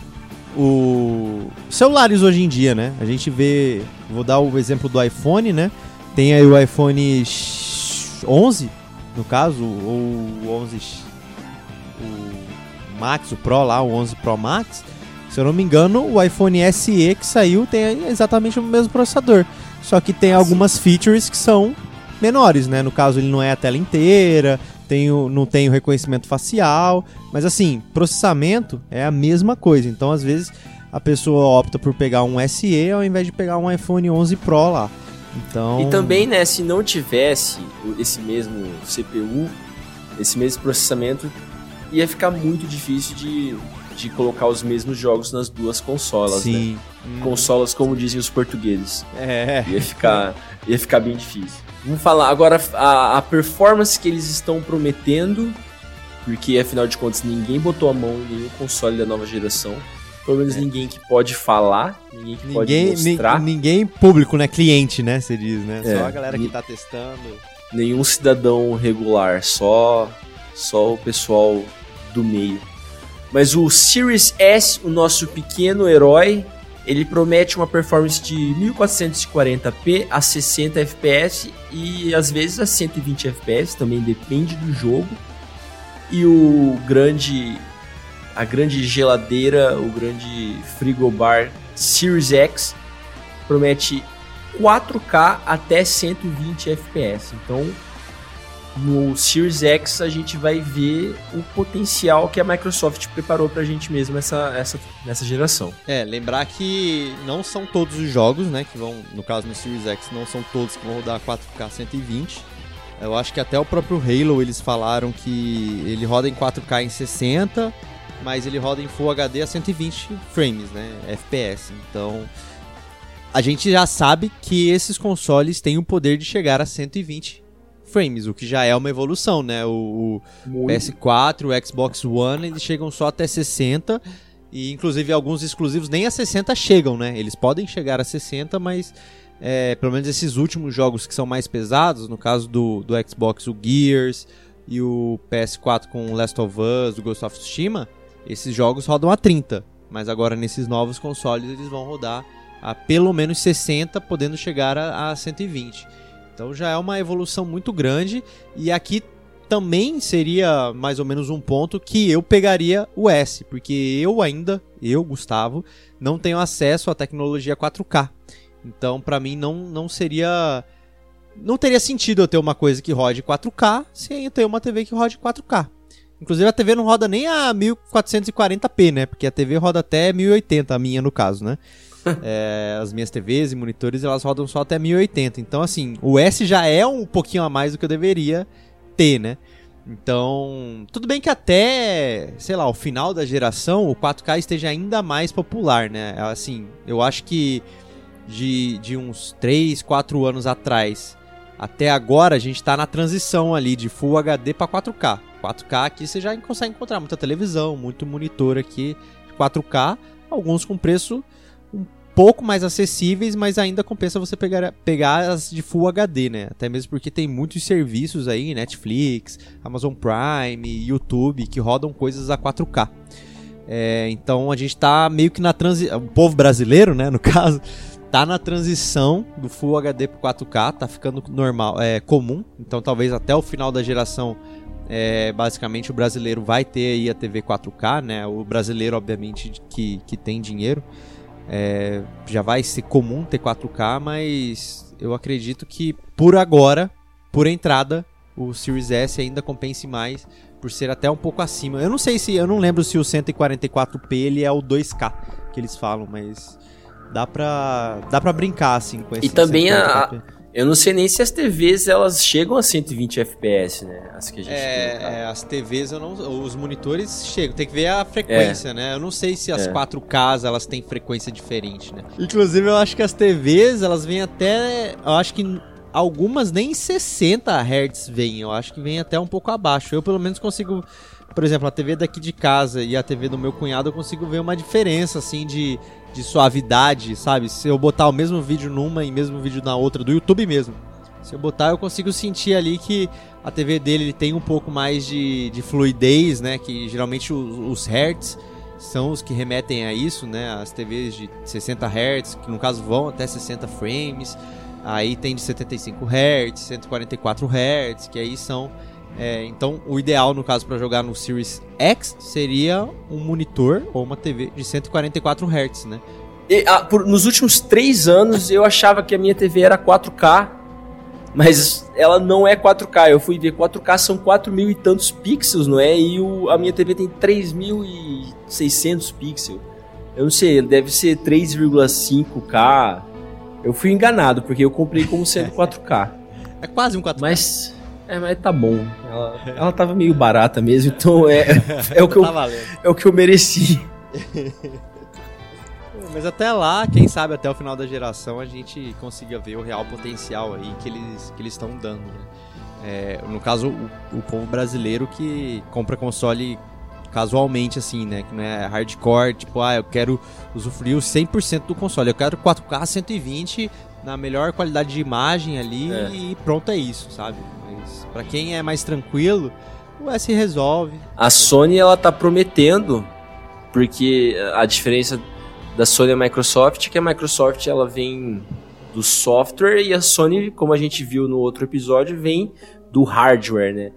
o celulares hoje em dia, né? A gente vê, vou dar o exemplo do iPhone, né? Tem aí o iPhone onze, no caso, ou o onze o Max, o Pro lá, o onze Pro Max. Se eu não me engano, o iPhone S E que saiu tem exatamente o mesmo processador. Só que tem algumas features que são menores, né? No caso, ele não é a tela inteira, tem o, não tem o reconhecimento facial. Mas assim, processamento é a mesma coisa. Então, às vezes, a pessoa opta por pegar um S E ao invés de pegar um iPhone onze Pro lá. Então... E também, né, se não tivesse esse mesmo C P U, esse mesmo processamento, ia ficar muito difícil de... de colocar os mesmos jogos nas duas consolas, Sim. né? Hum. Consolas, como dizem os portugueses. É. Ia ficar, ia ficar bem difícil. Vamos falar agora a, a performance que eles estão prometendo, porque afinal de contas ninguém botou a mão em nenhum console da nova geração. Pelo menos é. ninguém que pode falar, ninguém que ninguém, pode mostrar. Ninguém público, né? Cliente, né? Você diz, né? É. Só a galera que tá testando. Nenhum cidadão regular, só, só o pessoal do meio. Mas o Series S, o nosso pequeno herói, ele promete uma performance de mil quatrocentos e quarenta p a sessenta F P S e às vezes a cento e vinte F P S, também depende do jogo. E o grande, a grande geladeira, o grande frigobar Series X promete quatro K até cento e vinte F P S. Então, no Series X a gente vai ver o potencial que a Microsoft preparou pra gente mesmo essa, essa, nessa geração. É, lembrar que não são todos os jogos, né, que vão, no caso no Series X, não são todos que vão rodar quatro K cento e vinte. Eu acho que até o próprio Halo eles falaram que ele roda em quatro K em sessenta, mas ele roda em Full H D a cento e vinte frames, né, F P S. Então, a gente já sabe que esses consoles têm o poder de chegar a cento e vinte frames, o que já é uma evolução, né? O, o P S quatro, o Xbox One, eles chegam só até sessenta, e inclusive alguns exclusivos nem a sessenta chegam, né? Eles podem chegar a sessenta, mas é, pelo menos esses últimos jogos que são mais pesados, no caso do, do Xbox, o Gears e o P S quatro com Last of Us, o Ghost of Tsushima, esses jogos rodam a trinta, mas agora nesses novos consoles eles vão rodar a pelo menos sessenta, podendo chegar a, a cento e vinte. Então já é uma evolução muito grande, e aqui também seria mais ou menos um ponto que eu pegaria o S, porque eu ainda, eu, Gustavo, não tenho acesso à tecnologia quatro K. Então pra mim não, não seria... não teria sentido eu ter uma coisa que rode quatro K sem eu ter uma T V que rode quatro K. Inclusive a T V não roda nem a mil quatrocentos e quarenta p, né? Porque a T V roda até mil e oitenta, a minha no caso, né? é, as minhas T Vs e monitores, elas rodam só até mil e oitenta. Então, assim, o S já é um pouquinho a mais do que eu deveria ter, né? Então, tudo bem que até, sei lá, o final da geração, o quatro K esteja ainda mais popular, né? Assim, eu acho que de, de uns três, quatro anos atrás até agora, a gente tá na transição ali de Full H D para quatro K. quatro K aqui você já consegue encontrar muita televisão, muito monitor aqui, quatro K, alguns com preço um pouco mais acessíveis, mas ainda compensa você pegar, pegar as de Full H D, né? Até mesmo porque tem muitos serviços aí, Netflix, Amazon Prime, YouTube, que rodam coisas a quatro K. É, então a gente tá meio que na transição, o povo brasileiro, né, no caso, tá na transição do Full H D para quatro K, tá ficando normal, é, comum, então talvez até o final da geração, é, basicamente o brasileiro vai ter aí a T V quatro K, né? O brasileiro, obviamente, que, que tem dinheiro, é, já vai ser comum ter quatro K, mas eu acredito que por agora, por entrada, o Series S ainda compense mais, por ser até um pouco acima. Eu não sei se, eu não lembro se o cento e quarenta e quatro p ele é o dois K que eles falam, mas dá pra, dá pra brincar assim com esse. E também a, eu não sei nem se as T Vs elas chegam a cento e vinte F P S, né? As que a gente é, tem, tá? é, as T Vs eu não, os monitores chegam, tem que ver a frequência, é. né? Eu não sei se as é. quatro Ks elas têm frequência diferente, né? Inclusive eu acho que as T Vs elas vêm até, eu acho que algumas nem sessenta hertz vêm, eu acho que vem até um pouco abaixo. Eu pelo menos consigo, por exemplo, a T V daqui de casa e a T V do meu cunhado, eu consigo ver uma diferença assim de, de suavidade, sabe? Se eu botar o mesmo vídeo numa e o mesmo vídeo na outra, do YouTube mesmo, se eu botar eu consigo sentir ali que a T V dele ele tem um pouco mais de, de fluidez, né? Que geralmente os, os hertz são os que remetem a isso, né? As T Vs de sessenta hertz, que no caso vão até sessenta frames. Aí tem de setenta e cinco hertz, cento e quarenta e quatro hertz, que aí são... É, então, o ideal, no caso, para jogar no Series X seria um monitor ou uma T V de cento e quarenta e quatro hertz, né? E, ah, por, nos últimos três anos, eu achava que a minha T V era quatro K, mas ela não é quatro K. Eu fui ver, quatro K são quatro mil e tantos pixels, não é? E o, a minha T V tem três mil e seiscentos pixels. Eu não sei, deve ser três vírgula cinco K... Eu fui enganado, porque eu comprei como sendo quatro K. É quase um quatro K. Mas, é, mas tá bom. Ela, ela tava meio barata mesmo, então é, é, o, que eu, é o que eu mereci. Mas até lá, quem sabe até o final da geração, a gente consiga ver o real potencial aí que eles que eles estão dando, né? É, no caso, o, o povo brasileiro que compra console casualmente, assim, né? Que não é hardcore, tipo, ah, eu quero usufruir cem por cento do console. Eu quero quatro K cento e vinte na melhor qualidade de imagem ali é. e pronto, é isso, sabe? Mas pra quem é mais tranquilo, o S resolve. A Sony, ela tá prometendo, porque a diferença da Sony e a Microsoft é que a Microsoft, ela vem do software e a Sony, como a gente viu no outro episódio, vem do hardware, né?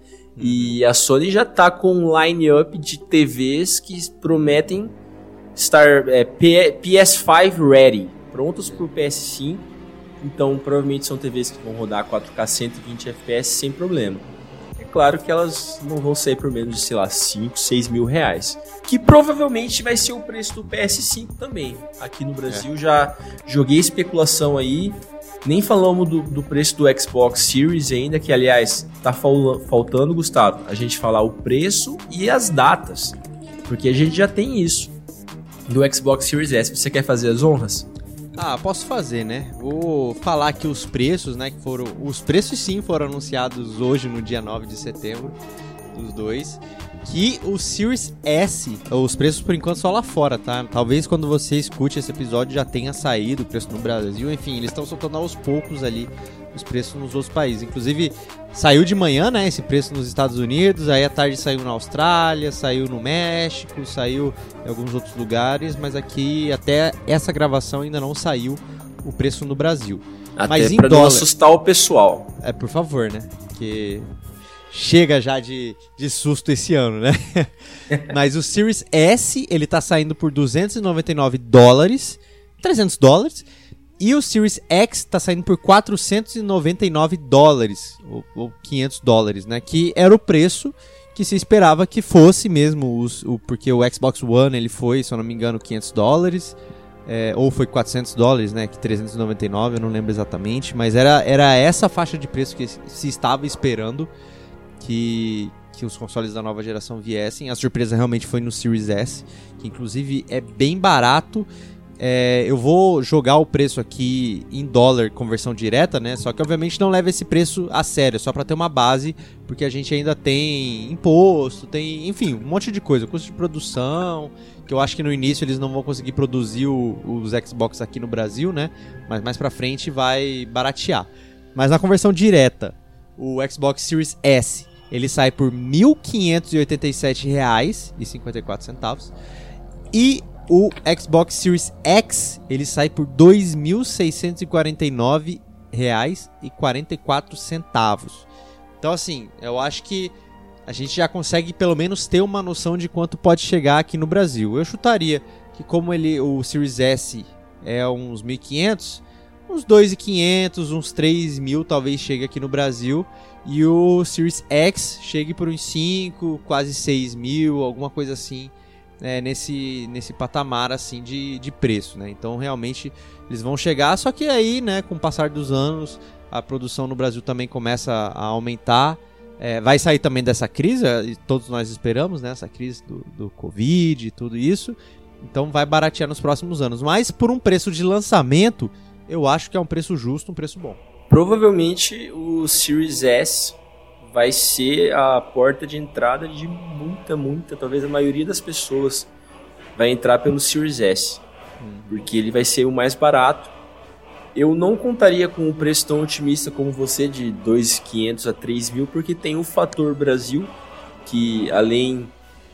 E a Sony já tá com um line-up de T Vs que prometem estar é, P S cinco ready, prontos pro P S cinco. Então provavelmente são T Vs que vão rodar quatro K cento e vinte F P S sem problema. É claro que elas não vão sair por menos de, sei lá, cinco, seis mil reais. Que provavelmente vai ser o preço do P S cinco também. Aqui no Brasil é. já joguei especulação aí. Nem falamos do, do preço do Xbox Series ainda, que aliás tá fal- faltando, Gustavo, a gente falar o preço e as datas, porque a gente já tem isso do Xbox Series S. Você quer fazer as honras? Ah, posso fazer, né? Vou falar aqui os preços, né? Que foram, os preços sim foram anunciados hoje no dia nove de setembro, dos dois. Que o Series S, os preços por enquanto só lá fora, tá? Talvez quando você escute esse episódio já tenha saído o preço no Brasil. Enfim, eles estão soltando aos poucos ali os preços nos outros países. Inclusive, saiu de manhã, né, esse preço nos Estados Unidos. Aí à tarde saiu na Austrália, saiu no México, saiu em alguns outros lugares. Mas aqui, até essa gravação, ainda não saiu o preço no Brasil. Até mas em pra dólar, não assustar o pessoal. É, por favor, né? Porque... chega já de, de susto esse ano, né? Mas o Series S, ele tá saindo por duzentos e noventa e nove dólares, trezentos dólares, e o Series X tá saindo por quatrocentos e noventa e nove dólares, ou, ou quinhentos dólares, né? Que era o preço que se esperava que fosse mesmo, os, o, porque o Xbox One ele foi, se eu não me engano, quinhentos dólares, é, ou foi quatrocentos dólares, né, que trezentos e noventa e nove, eu não lembro exatamente, mas era, era essa faixa de preço que se estava esperando que, que os consoles da nova geração viessem. A surpresa realmente foi no Series S, que inclusive é bem barato. É, eu vou jogar o preço aqui em dólar, conversão direta, né? Só que obviamente não leva esse preço a sério, só para ter uma base, porque a gente ainda tem imposto, tem, enfim, um monte de coisa, custo de produção, que eu acho que no início eles não vão conseguir produzir o, os Xbox aqui no Brasil, né? Mas mais pra frente vai baratear. Mas na conversão direta, o Xbox Series S, ele sai por mil quinhentos e oitenta e sete reais e cinquenta e quatro centavos. E o Xbox Series X, ele sai por dois mil seiscentos e quarenta e nove reais e quarenta e quatro centavos. Então assim, eu acho que a gente já consegue pelo menos ter uma noção de quanto pode chegar aqui no Brasil. Eu chutaria que como ele, o Series S é uns mil e quinhentos, uns dois mil e quinhentos, uns três mil talvez chegue aqui no Brasil. E o Series X chegue por uns cinco, quase seis mil, alguma coisa assim. É, nesse, nesse patamar assim de, de preço, né? Então realmente eles vão chegar, só que aí, né, com o passar dos anos, a produção no Brasil também começa a aumentar. É, vai sair também dessa crise, todos nós esperamos, né? Essa crise do, do Covid e tudo isso. Então vai baratear nos próximos anos. Mas por um preço de lançamento, eu acho que é um preço justo, um preço bom. Provavelmente o Series S vai ser a porta de entrada de muita, muita, talvez a maioria das pessoas vai entrar pelo Series S, hum. porque ele vai ser o mais barato. Eu não contaria com um preço tão otimista como você, de dois mil e quinhentos a três mil, porque tem o fator Brasil, que além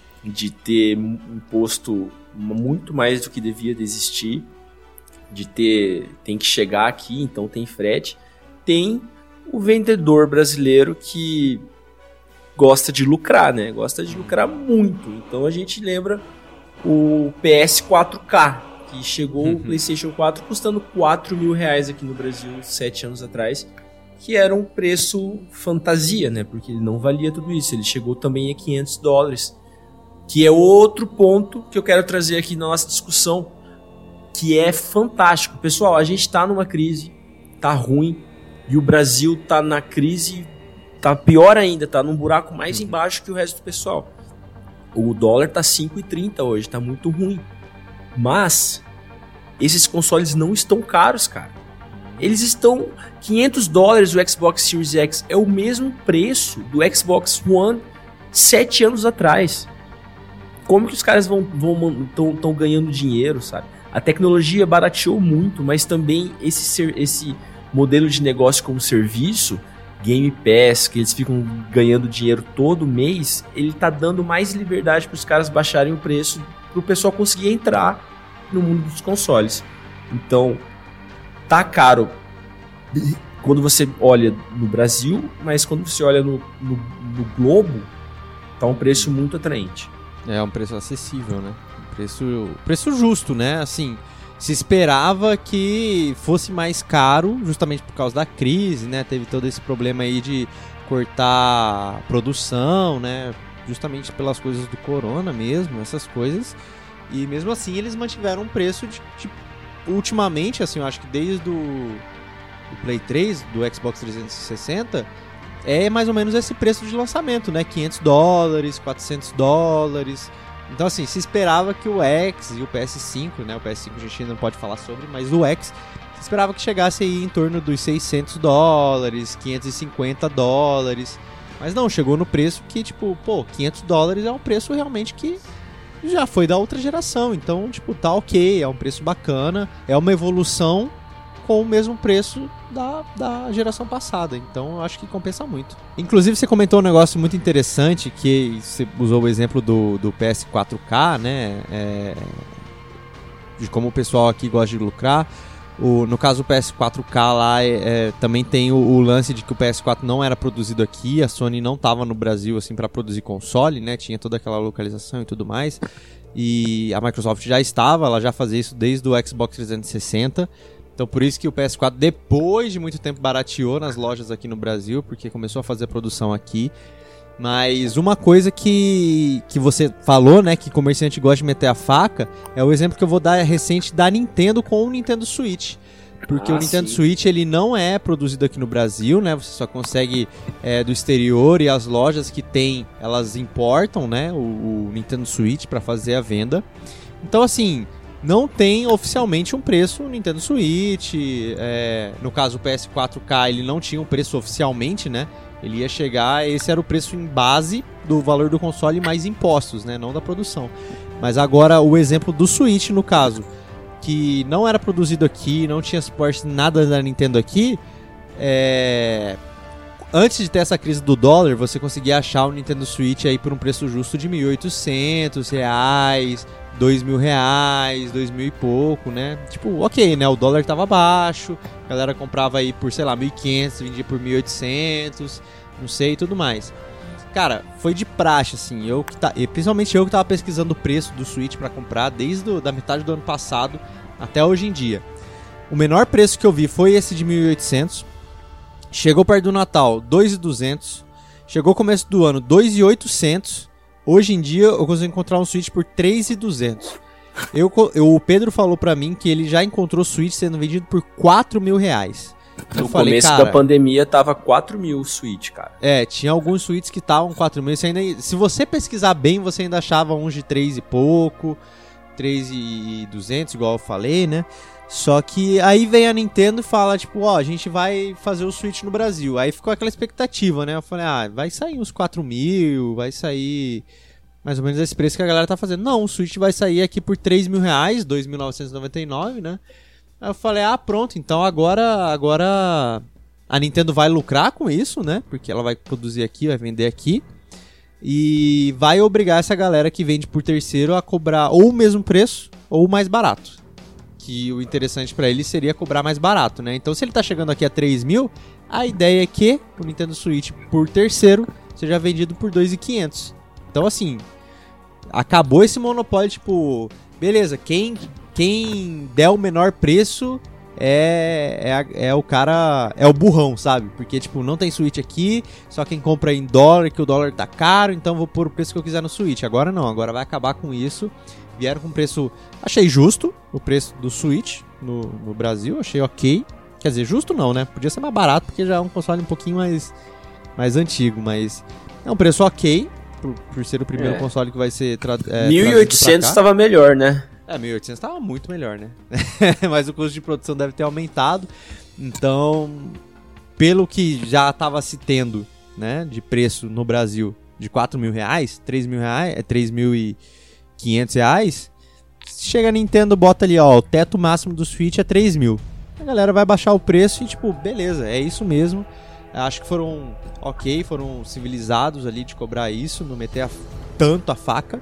de ter imposto muito mais do que devia de existir, de ter, tem que chegar aqui, então tem frete, tem o vendedor brasileiro que gosta de lucrar, né? Gosta de lucrar muito. Então a gente lembra o P S quatro K, que chegou uhum. o PlayStation quatro custando quatro mil reais aqui no Brasil sete anos atrás, que era um preço fantasia, né? Porque ele não valia tudo isso. Ele chegou também a quinhentos dólares, que é outro ponto que eu quero trazer aqui na nossa discussão, que é fantástico. Pessoal, a gente tá numa crise, tá ruim, e o Brasil tá na crise, tá pior ainda, tá num buraco mais embaixo que o resto do pessoal. O dólar tá cinco e trinta hoje, tá muito ruim. Mas esses consoles não estão caros, cara. Eles estão quinhentos dólares. O Xbox Series X é o mesmo preço do Xbox One sete anos atrás. Como que os caras vão vão tão, tão ganhando dinheiro, sabe? A tecnologia barateou muito, mas também esse esse modelo de negócio como serviço, Game Pass, que eles ficam ganhando dinheiro todo mês, ele tá dando mais liberdade para os caras baixarem o preço, para o pessoal conseguir entrar no mundo dos consoles. Então, tá caro quando você olha no Brasil, mas quando você olha no, no, no globo, tá um preço muito atraente. É um preço acessível, né? Um preço, preço justo, né? Assim, se esperava que fosse mais caro, justamente por causa da crise, né? Teve todo esse problema aí de cortar a produção, né? Justamente pelas coisas do corona mesmo, essas coisas. E mesmo assim eles mantiveram um preço de, de ultimamente, assim, eu acho que desde o do Play três, do Xbox trezentos e sessenta, é mais ou menos esse preço de lançamento, né? quinhentos dólares, quatrocentos dólares. Então, assim, se esperava que o X e o P S cinco, né? O P S cinco a gente ainda não pode falar sobre, mas o X, se esperava que chegasse aí em torno dos seiscentos dólares, quinhentos e cinquenta dólares. Mas não, chegou no preço que, tipo, pô, quinhentos dólares é um preço realmente que já foi da outra geração. Então, tipo, tá ok, é um preço bacana, é uma evolução com o mesmo preço da, da geração passada. Então eu acho que compensa muito. Inclusive você comentou um negócio muito interessante, que você usou o exemplo do, do P S quatro K, né? É, de como o pessoal aqui gosta de lucrar. O, no caso do P S quatro K lá, é, é, também tem o, o lance de que o P S quatro não era produzido aqui, a Sony não estava no Brasil assim para produzir console, né? Tinha toda aquela localização e tudo mais. E a Microsoft já estava, ela já fazia isso desde o Xbox trezentos e sessenta. Então por isso que o P S quatro, depois de muito tempo, barateou nas lojas aqui no Brasil, porque começou a fazer a produção aqui. Mas uma coisa que, que você falou, né, que comerciante gosta de meter a faca, é o exemplo que eu vou dar recente da Nintendo com o Nintendo Switch. Porque ah, o Nintendo sim. Switch, ele não é produzido aqui no Brasil, né, você só consegue é, do exterior, e as lojas que tem, elas importam, né, o, o Nintendo Switch para fazer a venda. Então, assim, não tem oficialmente um preço no Nintendo Switch, é, no caso o P S quatro K, ele não tinha um preço oficialmente, né, ele ia chegar, esse era o preço em base do valor do console mais impostos, né, não da produção. Mas agora o exemplo do Switch, no caso, que não era produzido aqui, não tinha suporte nada da Nintendo aqui, é... antes de ter essa crise do dólar, você conseguia achar o Nintendo Switch aí por um preço justo de mil e oitocentos reais, dois mil reais, dois mil e pouco, né? Tipo, ok, né? O dólar tava baixo, a galera comprava aí por, sei lá, mil e quinhentos, vendia por mil e oitocentos, não sei, e tudo mais. Cara, foi de praxe, assim, eu que tá, principalmente eu que tava pesquisando o preço do Switch pra comprar desde a metade do ano passado até hoje em dia. O menor preço que eu vi foi esse de mil e oitocentos, chegou perto do Natal, dois mil e duzentos, chegou começo do ano, dois mil e oitocentos, hoje em dia eu consigo encontrar um Switch por três mil e duzentos. Eu, eu, o Pedro falou pra mim que ele já encontrou Switch sendo vendido por quatro mil reais. No eu falei, começo cara, da pandemia tava quatro mil Switch, cara. É, tinha alguns Switches que estavam quatro mil. Você ainda, se você pesquisar bem, você ainda achava uns de três e pouco, três mil e duzentos, igual eu falei, né? Só que aí vem a Nintendo e fala, tipo, ó, a gente vai fazer o Switch no Brasil. Aí ficou aquela expectativa, né? Eu falei, ah, vai sair uns quatro mil, vai sair mais ou menos esse preço que a galera tá fazendo. Não, o Switch vai sair aqui por três mil reais, dois mil novecentos e noventa e nove, né? Aí eu falei, ah, pronto, então agora, agora a Nintendo vai lucrar com isso, né? Porque ela vai produzir aqui, vai vender aqui. E vai obrigar essa galera que vende por terceiro a cobrar ou o mesmo preço ou mais barato. Que o interessante pra ele seria cobrar mais barato, né? Então se ele tá chegando aqui a três mil, a ideia é que o Nintendo Switch por terceiro seja vendido por dois mil e quinhentos. Então assim, acabou esse monopólio, tipo, beleza, quem... Quem der o menor preço é, é, é o cara, é o burrão, sabe? Porque, tipo, não tem Switch aqui, só quem compra em dólar, que o dólar tá caro, então vou pôr o preço que eu quiser no Switch. Agora não, agora vai acabar com isso. Vieram com preço, achei justo, o preço do Switch no, no Brasil, achei ok. Quer dizer, justo não, né? Podia ser mais barato, porque já é um console um pouquinho mais, mais antigo, mas é um preço ok, por, por ser o primeiro é. console que vai ser tra- é, mil e oitocentos tava melhor, né? É, mil e oitocentos tava muito melhor, né? Mas o custo de produção deve ter aumentado. Então, pelo que já estava se tendo, né, de preço no Brasil de quatro mil reais, três mil reais, é três mil e quinhentos reais, chega a Nintendo, bota ali, ó, o teto máximo do Switch é três mil. A galera vai baixar o preço e, tipo, beleza, é isso mesmo. Acho que foram ok, foram civilizados ali de cobrar isso, não meter a, tanto a faca.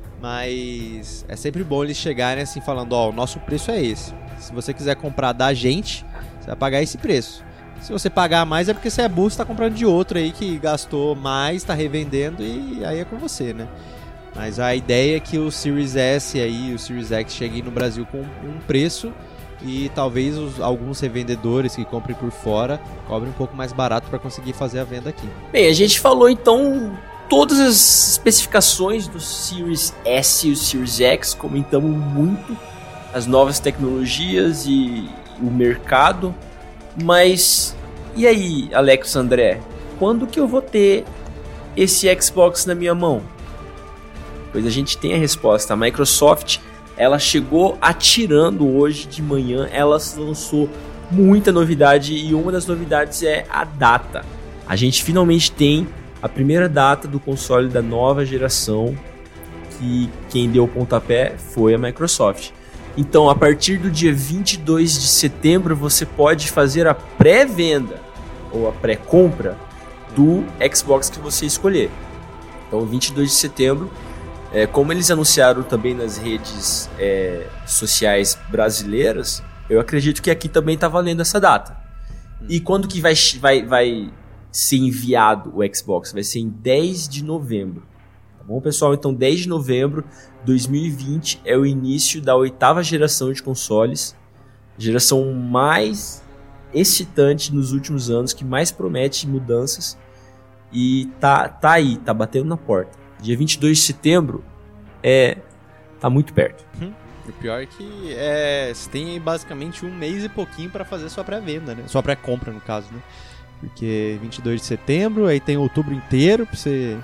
Mas é sempre bom eles chegarem assim falando, ó, o nosso preço é esse. Se você quiser comprar da gente, você vai pagar esse preço. Se você pagar mais é porque você é burro, você tá comprando de outro aí que gastou mais, tá revendendo e aí é com você, né? Mas a ideia é que o Series S aí, o Series X cheguem no Brasil com um preço e talvez os, alguns revendedores que comprem por fora cobrem um pouco mais barato para conseguir fazer a venda aqui. Bem, a gente falou então todas as especificações do Series S e o Series X, comentamos muito as novas tecnologias e o mercado, mas e aí, Alex André, quando que eu vou ter esse Xbox na minha mão? Pois a gente tem a resposta. A Microsoft, ela chegou atirando hoje de manhã, ela lançou muita novidade e uma das novidades é a data. A gente finalmente tem a primeira data do console da nova geração, que quem deu o pontapé foi a Microsoft. Então, a partir do dia vinte e dois de setembro, você pode fazer a pré-venda ou a pré-compra do Xbox que você escolher. Então, vinte e dois de setembro, é, como eles anunciaram também nas redes é, sociais brasileiras, eu acredito que aqui também está valendo essa data. E quando que vai... vai, vai ser enviado o Xbox? Vai ser em dez de novembro. Tá bom, pessoal? Então, dez de novembro de dois mil e vinte é o início da oitava geração de consoles. Geração mais excitante nos últimos anos, que mais promete mudanças. e tá, tá aí, tá batendo na porta. Dia vinte e dois de setembro é, tá muito perto. Hum, o pior é que é, você tem aí basicamente um mês e pouquinho pra fazer sua pré-venda, né? Sua pré-compra, no caso, né? Porque vinte e dois de setembro, aí tem outubro inteiro pra você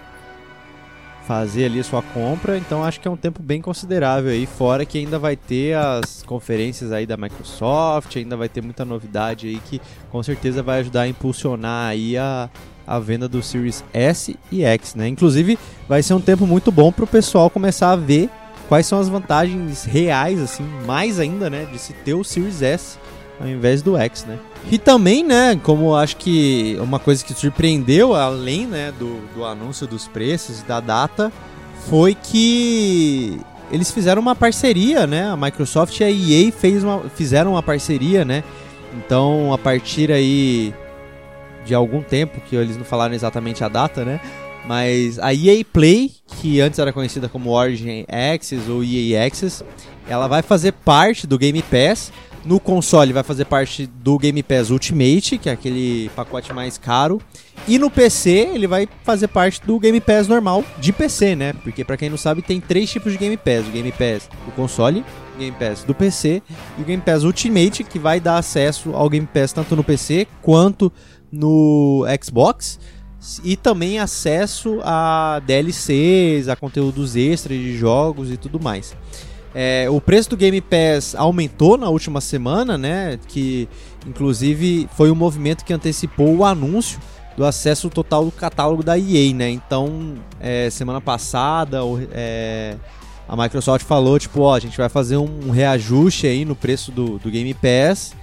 fazer ali a sua compra, então acho que é um tempo bem considerável aí, fora que ainda vai ter as conferências aí da Microsoft, ainda vai ter muita novidade aí que com certeza vai ajudar a impulsionar aí a, a venda do Series S e X, né? Inclusive vai ser um tempo muito bom pro pessoal começar a ver quais são as vantagens reais, assim, mais ainda, né, de se ter o Series S ao invés do X, né? E também, né, como acho que uma coisa que surpreendeu, além, né, do, do anúncio dos preços e da data, foi que eles fizeram uma parceria, né? A Microsoft e a E A fez uma, fizeram uma parceria, né? Então, a partir aí de algum tempo, que eles não falaram exatamente a data, né? Mas a E A Play, que antes era conhecida como Origin Access ou E A Access, ela vai fazer parte do Game Pass. No console vai fazer parte do Game Pass Ultimate, que é aquele pacote mais caro. E no P C ele vai fazer parte do Game Pass normal de P C, né? Porque pra quem não sabe tem três tipos de Game Pass. O Game Pass do console, o Game Pass do P C e o Game Pass Ultimate, que vai dar acesso ao Game Pass tanto no P C quanto no Xbox. E também acesso a D L Cs, a conteúdos extras de jogos e tudo mais. É, o preço do Game Pass aumentou na última semana, né? Que inclusive foi um movimento que antecipou o anúncio do acesso total do catálogo da E A, né? Então, é, semana passada é, a Microsoft falou, tipo, ó, a gente vai fazer um reajuste aí no preço do, do Game Pass.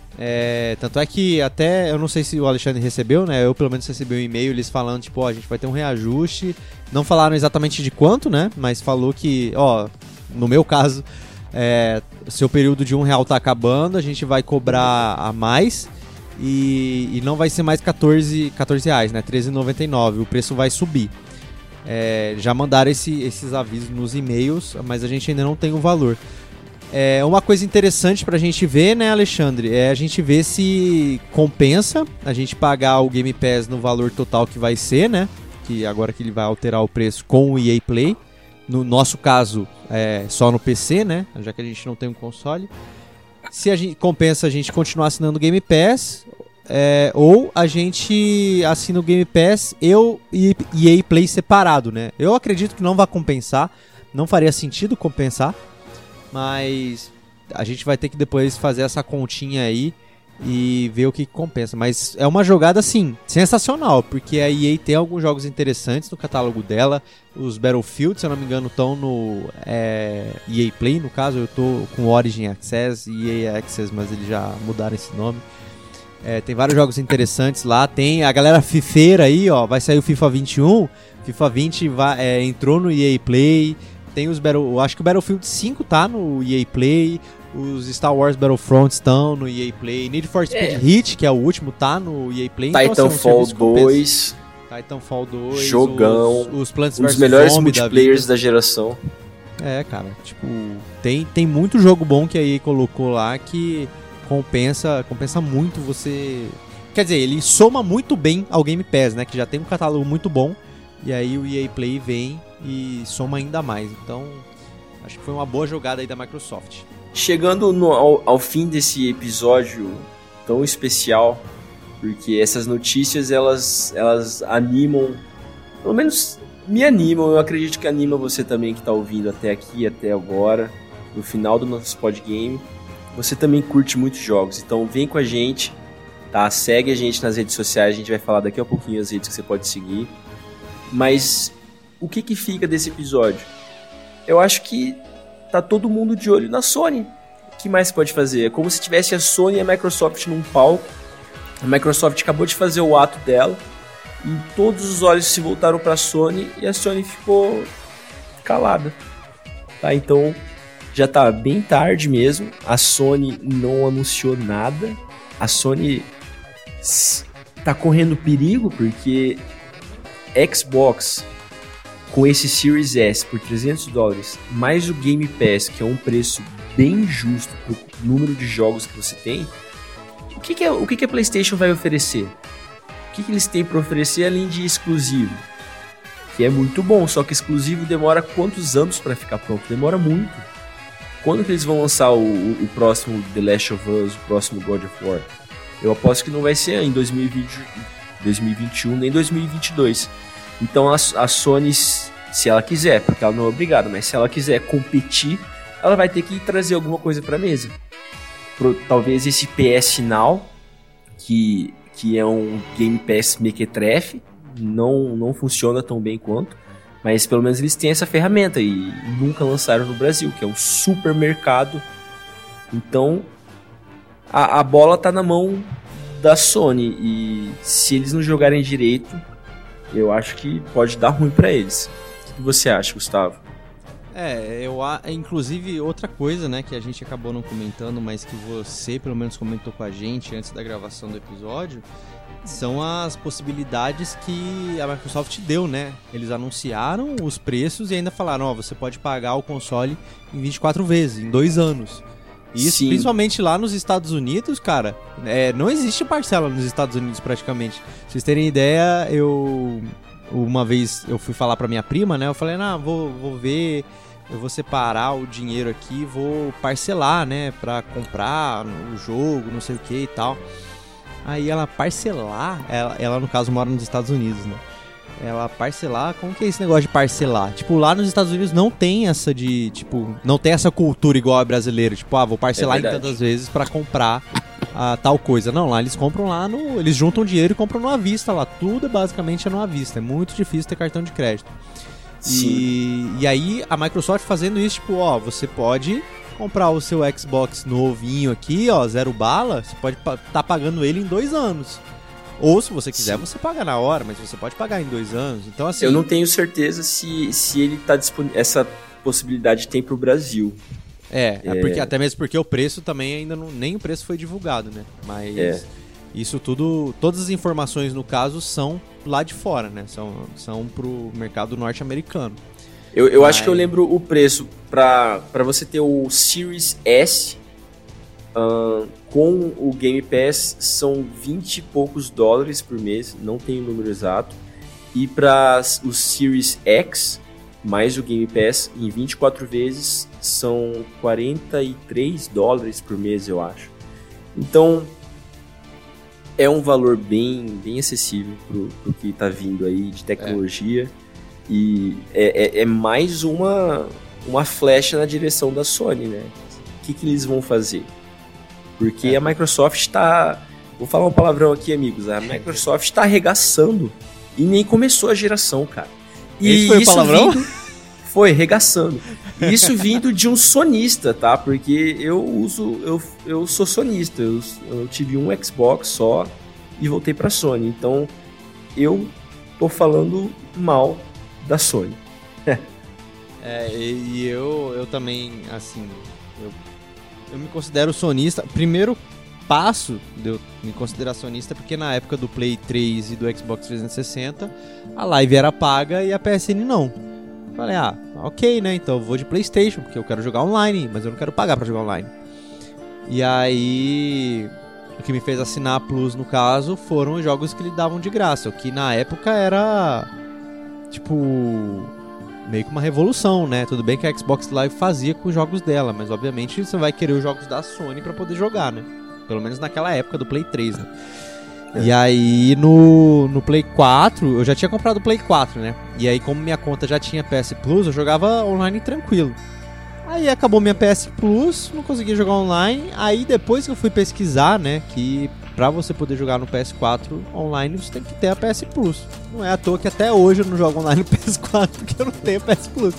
É, tanto é que até, eu não sei se o Alexandre recebeu, né? Eu pelo menos recebi um e-mail eles falando, tipo, ó, a gente vai ter um reajuste. Não falaram exatamente de quanto, né? Mas falou que, ó, no meu caso, é, seu período de um real tá acabando, a gente vai cobrar a mais e, e não vai ser mais quatorze reais, né? treze reais e noventa e nove centavos, o preço vai subir. É, já mandaram esse, esses avisos nos e-mails, mas a gente ainda não tem o valor. É, uma coisa interessante pra gente ver, né, Alexandre, é a gente ver se compensa a gente pagar o Game Pass no valor total que vai ser, né? Que agora que ele vai alterar o preço com o E A Play. No nosso caso, é só no P C, né? Já que a gente não tem um console. Se a gente compensa a gente continuar assinando o Game Pass, é, ou a gente assina o Game Pass eu e E A Play separado, né? Eu acredito que não vai compensar, não faria sentido compensar, mas a gente vai ter que depois fazer essa continha aí e ver o que compensa. Mas é uma jogada, assim, sensacional, porque a E A tem alguns jogos interessantes no catálogo dela. Os Battlefield, se eu não me engano, estão no é, E A Play, no caso. Eu tô com Origin Access e E A Access, mas eles já mudaram esse nome. É, tem vários jogos interessantes lá. Tem a galera fifeira aí, ó, vai sair o FIFA vinte e um. FIFA vinte vai, é, entrou no E A Play. Tem os Battle, acho que o Battlefield cinco tá no E A Play. Os Star Wars Battlefront estão no E A Play. Need for Speed é. Heat, que é o último, tá no E A Play. Titanfall então, assim, dois. Titanfall dois. Jogão. Os, os Plants um dos melhores multiplayers da, da geração. É, cara. Tipo, tem, tem muito jogo bom que a E A colocou lá que compensa, compensa muito você... Quer dizer, ele soma muito bem ao Game Pass, né? Que já tem um catálogo muito bom. E aí o E A Play vem e soma ainda mais. Então, acho que foi uma boa jogada aí da Microsoft. Chegando no, ao, ao fim desse episódio tão especial, porque essas notícias elas, elas animam, pelo menos me animam, eu acredito que anima você também que está ouvindo até aqui, até agora, no final do nosso podgame. Você também curte muitos jogos, então vem com a gente, tá? Segue a gente nas redes sociais, a gente vai falar daqui a pouquinho as redes que você pode seguir. Mas o que que fica desse episódio? Eu acho que tá todo mundo de olho na Sony. O que mais pode fazer? É como se tivesse a Sony e a Microsoft num palco. A Microsoft acabou de fazer o ato dela e todos os olhos se voltaram para a Sony e a Sony ficou calada. Tá, então já tá bem tarde mesmo. A Sony não anunciou nada. A Sony tá correndo perigo porque Xbox com esse Series S por trezentos dólares, mais o Game Pass, que é um preço bem justo pro número de jogos que você tem, o que, que, é, o que, que a PlayStation vai oferecer? O que, que eles têm para oferecer além de exclusivo? Que é muito bom, só que exclusivo demora quantos anos para ficar pronto? Demora muito. Quando que eles vão lançar o, o, o próximo The Last of Us, o próximo God of War? Eu aposto que não vai ser em dois mil e vinte, dois mil e vinte e um nem dois mil e vinte e dois. Então a, a Sony, se ela quiser, porque ela não é obrigada, mas se ela quiser competir, ela vai ter que trazer alguma coisa para a mesa. Pro, talvez esse P S Now, que, que é um Game Pass mequetrefe, não, não funciona tão bem quanto, mas pelo menos eles têm essa ferramenta e nunca lançaram no Brasil, que é um supermercado. Então a, a bola tá na mão da Sony e se eles não jogarem direito, eu acho que pode dar ruim para eles. O que você acha, Gustavo? É, eu inclusive outra coisa, né, que a gente acabou não comentando, mas que você pelo menos comentou com a gente antes da gravação do episódio, são as possibilidades que a Microsoft deu, né? Eles anunciaram os preços e ainda falaram, ó, oh, você pode pagar o console em vinte e quatro vezes, em dois anos. E isso, sim, principalmente lá nos Estados Unidos, cara, é, não existe parcela nos Estados Unidos praticamente. Pra vocês terem ideia, eu... Uma vez eu fui falar pra minha prima, né? Eu falei, não, vou, vou ver, eu vou separar o dinheiro aqui, vou parcelar, né? Pra comprar o jogo, não sei o que e tal. Aí ela parcelar, ela, ela no caso mora nos Estados Unidos, né? Ela parcelar, como que é esse negócio de parcelar? Tipo, lá nos Estados Unidos não tem essa de, tipo, não tem essa cultura igual a brasileira. Tipo, ah, vou parcelar é em tantas vezes pra comprar a tal coisa. Não, lá eles compram lá no... Eles juntam dinheiro e compram no à vista lá. Tudo basicamente é no à vista. É muito difícil ter cartão de crédito. E, e aí a Microsoft fazendo isso, tipo, ó, você pode comprar o seu Xbox novinho aqui, ó, zero bala, você pode estar tá pagando ele em dois anos. Ou se você quiser, sim, você paga na hora, mas você pode pagar em dois anos. Então, assim... Eu não tenho certeza se, se ele tá disponível. Essa possibilidade tem pro Brasil. É, é... Porque, até mesmo porque o preço também ainda não... Nem o preço foi divulgado, né? Mas é. Isso tudo... Todas as informações, no caso, são lá de fora, né? São, são pro mercado norte-americano. Eu, eu mas... acho que eu lembro o preço pra, pra você ter o Series S... Uh, com o Game Pass são vinte e poucos dólares por mês, não tenho o número exato. E para o Series X, mais o Game Pass, em vinte e quatro vezes, são quarenta e três dólares por mês, eu acho. Então, é um valor bem, bem acessível pro, pro que está vindo aí de tecnologia. É. E é, é, é mais uma, uma flecha na direção da Sony, né? O que, que eles vão fazer? Porque é. a Microsoft está... Vou falar um palavrão aqui, amigos. A Microsoft está arregaçando e nem começou a geração, cara. E Esse foi isso o palavrão? Vindo, foi, arregaçando. E isso vindo de um sonista, tá? Porque eu uso... Eu, eu sou sonista. Eu, eu tive um Xbox só e voltei pra Sony. Então, eu tô falando mal da Sony. É, e eu, eu também, assim... Eu... Eu me considero sonista. Primeiro passo de eu me considerar sonista, porque na época do Play três e do Xbox trezentos e sessenta, a Live era paga e a P S N não. Falei, ah, ok, né? Então eu vou de PlayStation, porque eu quero jogar online, mas eu não quero pagar pra jogar online. E aí, o que me fez assinar a Plus, no caso, foram os jogos que lhe davam de graça. O que na época era, tipo... meio que uma revolução, né? Tudo bem que a Xbox Live fazia com os jogos dela, mas obviamente você vai querer os jogos da Sony pra poder jogar, né? Pelo menos naquela época do Play três, né? É. E aí no, no Play quatro, eu já tinha comprado o Play quatro, né? E aí como minha conta já tinha P S Plus, eu jogava online tranquilo. Aí acabou minha P S Plus, não conseguia jogar online. Aí depois que eu fui pesquisar, né, que pra você poder jogar no P S quatro online, você tem que ter a P S Plus. Não é à toa que até hoje eu não jogo online no P S quatro, porque eu não tenho P S Plus.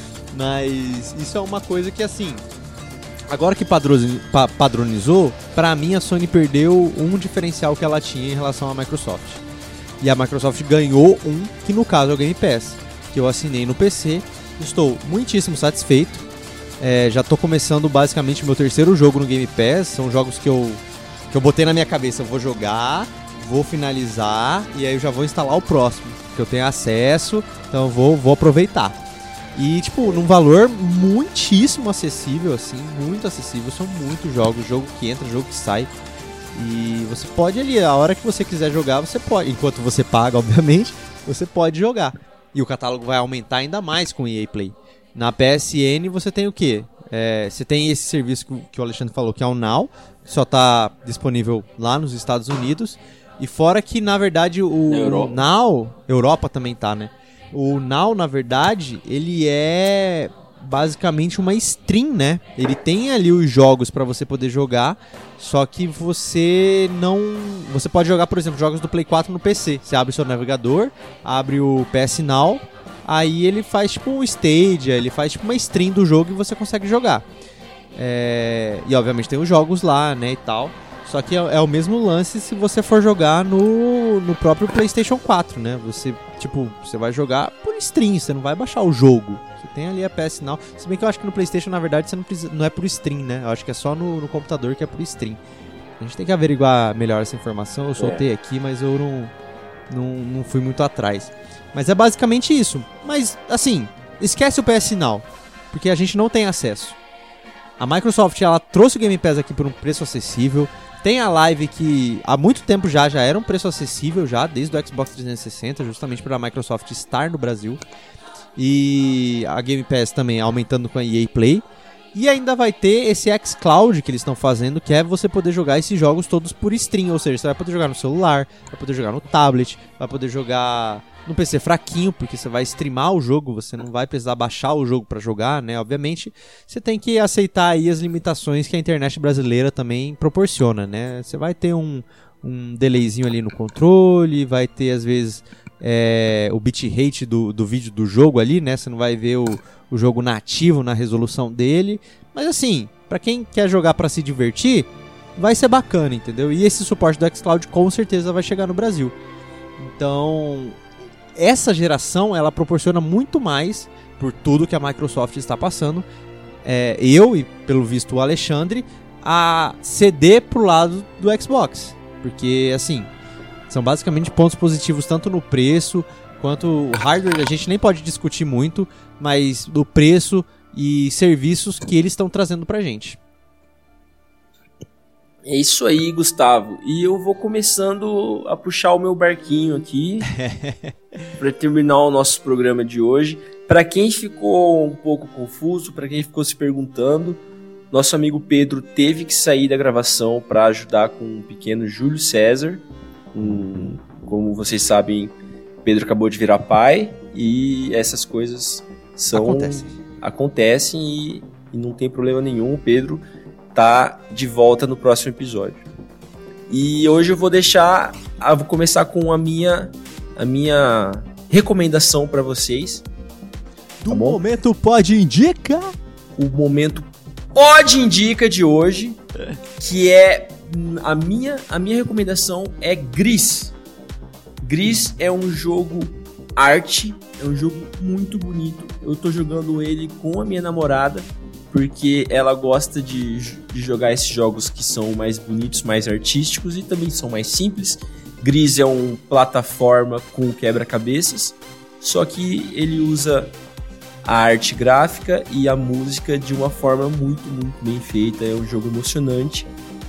Mas isso é uma coisa que, assim, agora que padronizou, pra mim a Sony perdeu um diferencial que ela tinha em relação à Microsoft. E a Microsoft ganhou um, que no caso é o Game Pass, que eu assinei no P C. Estou muitíssimo satisfeito. É, já tô começando basicamente o meu terceiro jogo no Game Pass. São jogos que eu, que eu botei na minha cabeça. Eu vou jogar, vou finalizar e aí eu já vou instalar o próximo, que eu tenho acesso, então eu vou, vou aproveitar. E, tipo, num valor muitíssimo acessível, assim, muito acessível. São muitos jogos, jogo que entra, jogo que sai. E você pode ali, a hora que você quiser jogar, você pode. Enquanto você paga, obviamente, você pode jogar. E o catálogo vai aumentar ainda mais com o E A Play. Na P S N você tem o quê? É, você tem esse serviço que o Alexandre falou, que é o Now, que só está disponível lá nos Estados Unidos. E fora que, na verdade, o Europa. Now... Europa também tá, né? O Now, na verdade, ele é basicamente uma stream, né? Ele tem ali os jogos pra você poder jogar, só que você não... Você pode jogar, por exemplo, jogos do Play quatro no P C. Você abre o seu navegador, abre o P S Now, aí ele faz tipo um Stadia, ele faz tipo uma stream do jogo e você consegue jogar. É... E obviamente tem os jogos lá, né, e tal. Só que é, é o mesmo lance se você for jogar no, no próprio PlayStation quatro, né? Você, tipo, você vai jogar por stream, você não vai baixar o jogo. Você tem ali a P S Now. Se bem que eu acho que no PlayStation, na verdade, você não, precisa, não é por stream, né? Eu acho que é só no, no computador que é por stream. A gente tem que averiguar melhor essa informação. Eu soltei é. aqui, mas eu não, não, não fui muito atrás. Mas é basicamente isso. Mas, assim, esquece o P S Now, porque a gente não tem acesso. A Microsoft, ela trouxe o Game Pass aqui por um preço acessível. Tem a Live que há muito tempo já, já era um preço acessível já, desde o Xbox trezentos e sessenta, justamente para a Microsoft estar no Brasil. E a Game Pass também aumentando com a E A Play. E ainda vai ter esse xCloud que eles estão fazendo, que é você poder jogar esses jogos todos por stream. Ou seja, você vai poder jogar no celular, vai poder jogar no tablet, vai poder jogar no P C fraquinho, porque você vai streamar o jogo, você não vai precisar baixar o jogo para jogar, né? Obviamente, você tem que aceitar aí as limitações que a internet brasileira também proporciona, né? Você vai ter um, um delayzinho ali no controle, vai ter às vezes é, o bitrate do, do vídeo do jogo ali, né? Você não vai ver o, o jogo nativo na resolução dele, mas assim, para quem quer jogar para se divertir, vai ser bacana, entendeu? E esse suporte do xCloud com certeza vai chegar no Brasil. Então, essa geração, ela proporciona muito mais por tudo que a Microsoft está passando. É, eu e, pelo visto, o Alexandre, a ceder pro lado do Xbox. Porque, assim, são basicamente pontos positivos tanto no preço, quanto o hardware, a gente nem pode discutir muito, mas do preço e serviços que eles estão trazendo pra gente. É isso aí, Gustavo. E eu vou começando a puxar o meu barquinho aqui para terminar o nosso programa de hoje. Para quem ficou um pouco confuso, para quem ficou se perguntando, nosso amigo Pedro teve que sair da gravação para ajudar com o pequeno Júlio César. Um, como vocês sabem, Pedro acabou de virar pai e essas coisas são acontecem, acontecem e, e não tem problema nenhum. O Pedro tá de volta no próximo episódio. E hoje eu vou deixar, ah, vou começar com a minha a minha recomendação para vocês. Do tá momento Pode Indica. O momento Pode Indica de hoje, que é a minha a minha recomendação é Gris. Gris é um jogo arte, é um jogo muito bonito. Eu tô jogando ele com a minha namorada, porque ela gosta de, de jogar esses jogos que são mais bonitos, mais artísticos e também são mais simples. Gris é um plataforma com quebra-cabeças, só que ele usa a arte gráfica e a música de uma forma muito, muito bem feita. É um jogo emocionante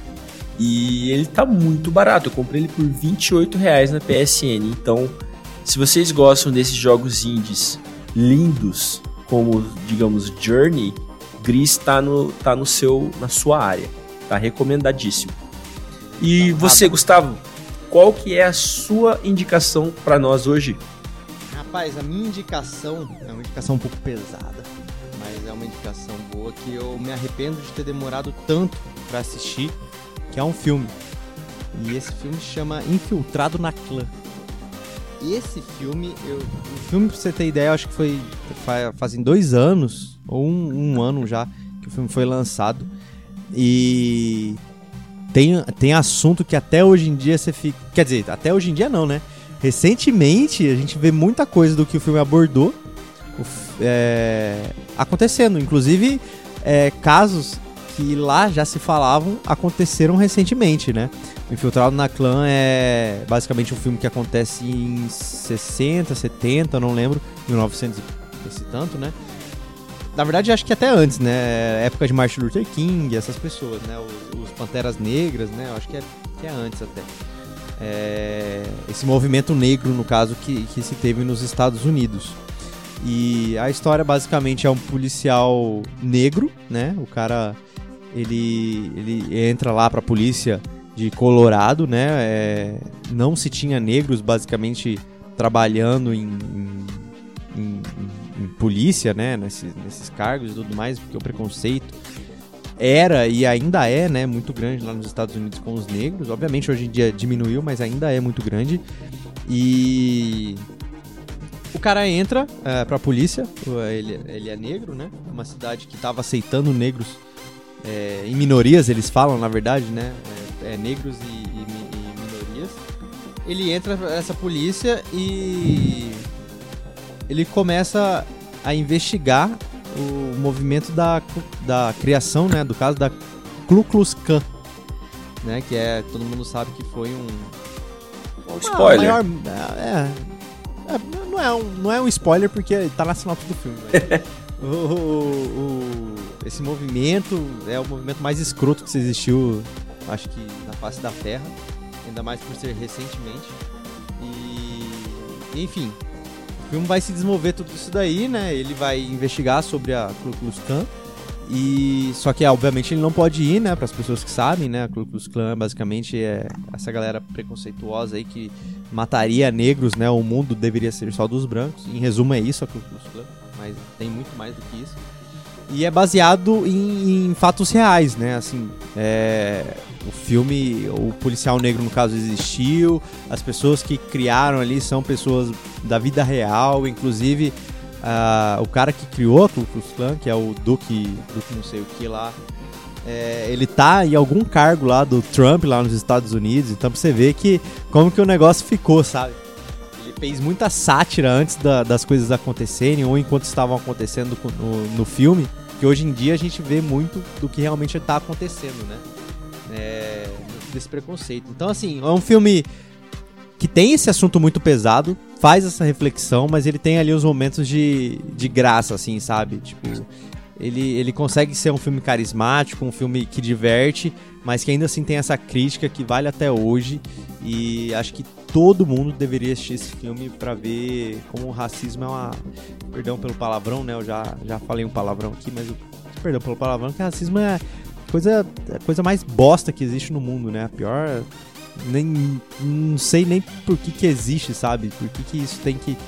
e ele tá muito barato. Eu comprei ele por vinte e oito reais na P S N. Então, se vocês gostam desses jogos indies lindos, como, digamos, Journey, Gris tá, no, tá no seu, na sua área. Tá recomendadíssimo. E você, Gustavo, qual que é a sua indicação para nós hoje? Rapaz, a minha indicação é uma indicação um pouco pesada, mas é uma indicação boa que eu me arrependo de ter demorado tanto para assistir, que é um filme. E esse filme se chama Infiltrado na Clã. E esse filme, eu, o filme, pra você ter ideia, eu acho que foi fazem dois anos, ou um, um ano já, que o filme foi lançado. E tem, tem assunto que até hoje em dia você fica... Quer dizer, até hoje em dia não, né? Recentemente a gente vê muita coisa do que o filme abordou é, acontecendo. Inclusive, é, casos que lá já se falavam aconteceram recentemente, né? Infiltrado na Clã é basicamente um filme que acontece em sessenta, setenta, não lembro, mil e novecentos esse tanto, né? na verdade, acho que até antes, né? Época de Martin Luther King, essas pessoas, né? Os, os Panteras Negras, né? Eu acho que é, que é antes até. É, esse movimento negro, no caso, que, que se teve nos Estados Unidos. E a história, basicamente, é um policial negro, né? O cara, ele, ele entra lá pra polícia de Colorado, né? É, não se tinha negros, basicamente, trabalhando em... em, em em polícia, né, nesses, nesses cargos e tudo mais, porque o preconceito era e ainda é, né, muito grande lá nos Estados Unidos com os negros. Obviamente hoje em dia diminuiu, mas ainda é muito grande. E o cara entra é, pra polícia, ele, ele é negro, né, é uma cidade que estava aceitando negros é, em minorias, eles falam, na verdade, né, é, é negros e, e, e minorias. Ele entra nessa polícia e ele começa a investigar o movimento da, da criação, né, do caso da Ku Klux Klan, né, que é, todo mundo sabe que foi um... Um spoiler. Ah, maior, é, é, não, é um, não é um spoiler porque tá na sinopse do filme. Né? o, o, o, esse movimento é o movimento mais escroto que existiu, acho que na face da Terra, ainda mais por ser recentemente. E, enfim... O filme vai se desenvolver tudo isso daí, né? Ele vai investigar sobre a Ku Klux Klan. E... Só que, obviamente, ele não pode ir, né? Para as pessoas que sabem, né? A Ku Klux Klan, basicamente, é essa galera preconceituosa aí que mataria negros, né? O mundo deveria ser só dos brancos. Em resumo, é isso a Ku Klux Klan. Mas tem muito mais do que isso. E é baseado em, em fatos reais, né? Assim, é... O filme, o policial negro, no caso, existiu. As pessoas que criaram ali são pessoas da vida real. Inclusive, uh, o cara que criou a Ku Klux Klan, que é o Duke, Duke não sei o que lá, é, ele tá em algum cargo lá do Trump, lá nos Estados Unidos. Então, pra você ver que, como que o negócio ficou, sabe? Ele fez muita sátira antes da, das coisas acontecerem ou enquanto estavam acontecendo no, no filme. Que hoje em dia a gente vê muito do que realmente tá acontecendo, né? É, desse preconceito. Então, assim, é um filme que tem esse assunto muito pesado, faz essa reflexão, mas ele tem ali os momentos de, de graça, assim, sabe? Tipo, ele, ele consegue ser um filme carismático, um filme que diverte, mas que ainda assim tem essa crítica que vale até hoje. E acho que todo mundo deveria assistir esse filme pra ver como o racismo é uma... Perdão pelo palavrão, né? Eu já, já falei um palavrão aqui, mas... Eu... Perdão pelo palavrão, que racismo é... Coisa, a coisa mais bosta que existe no mundo, né? A pior... Nem, não sei nem por que que existe, sabe? Por que que isso tem que...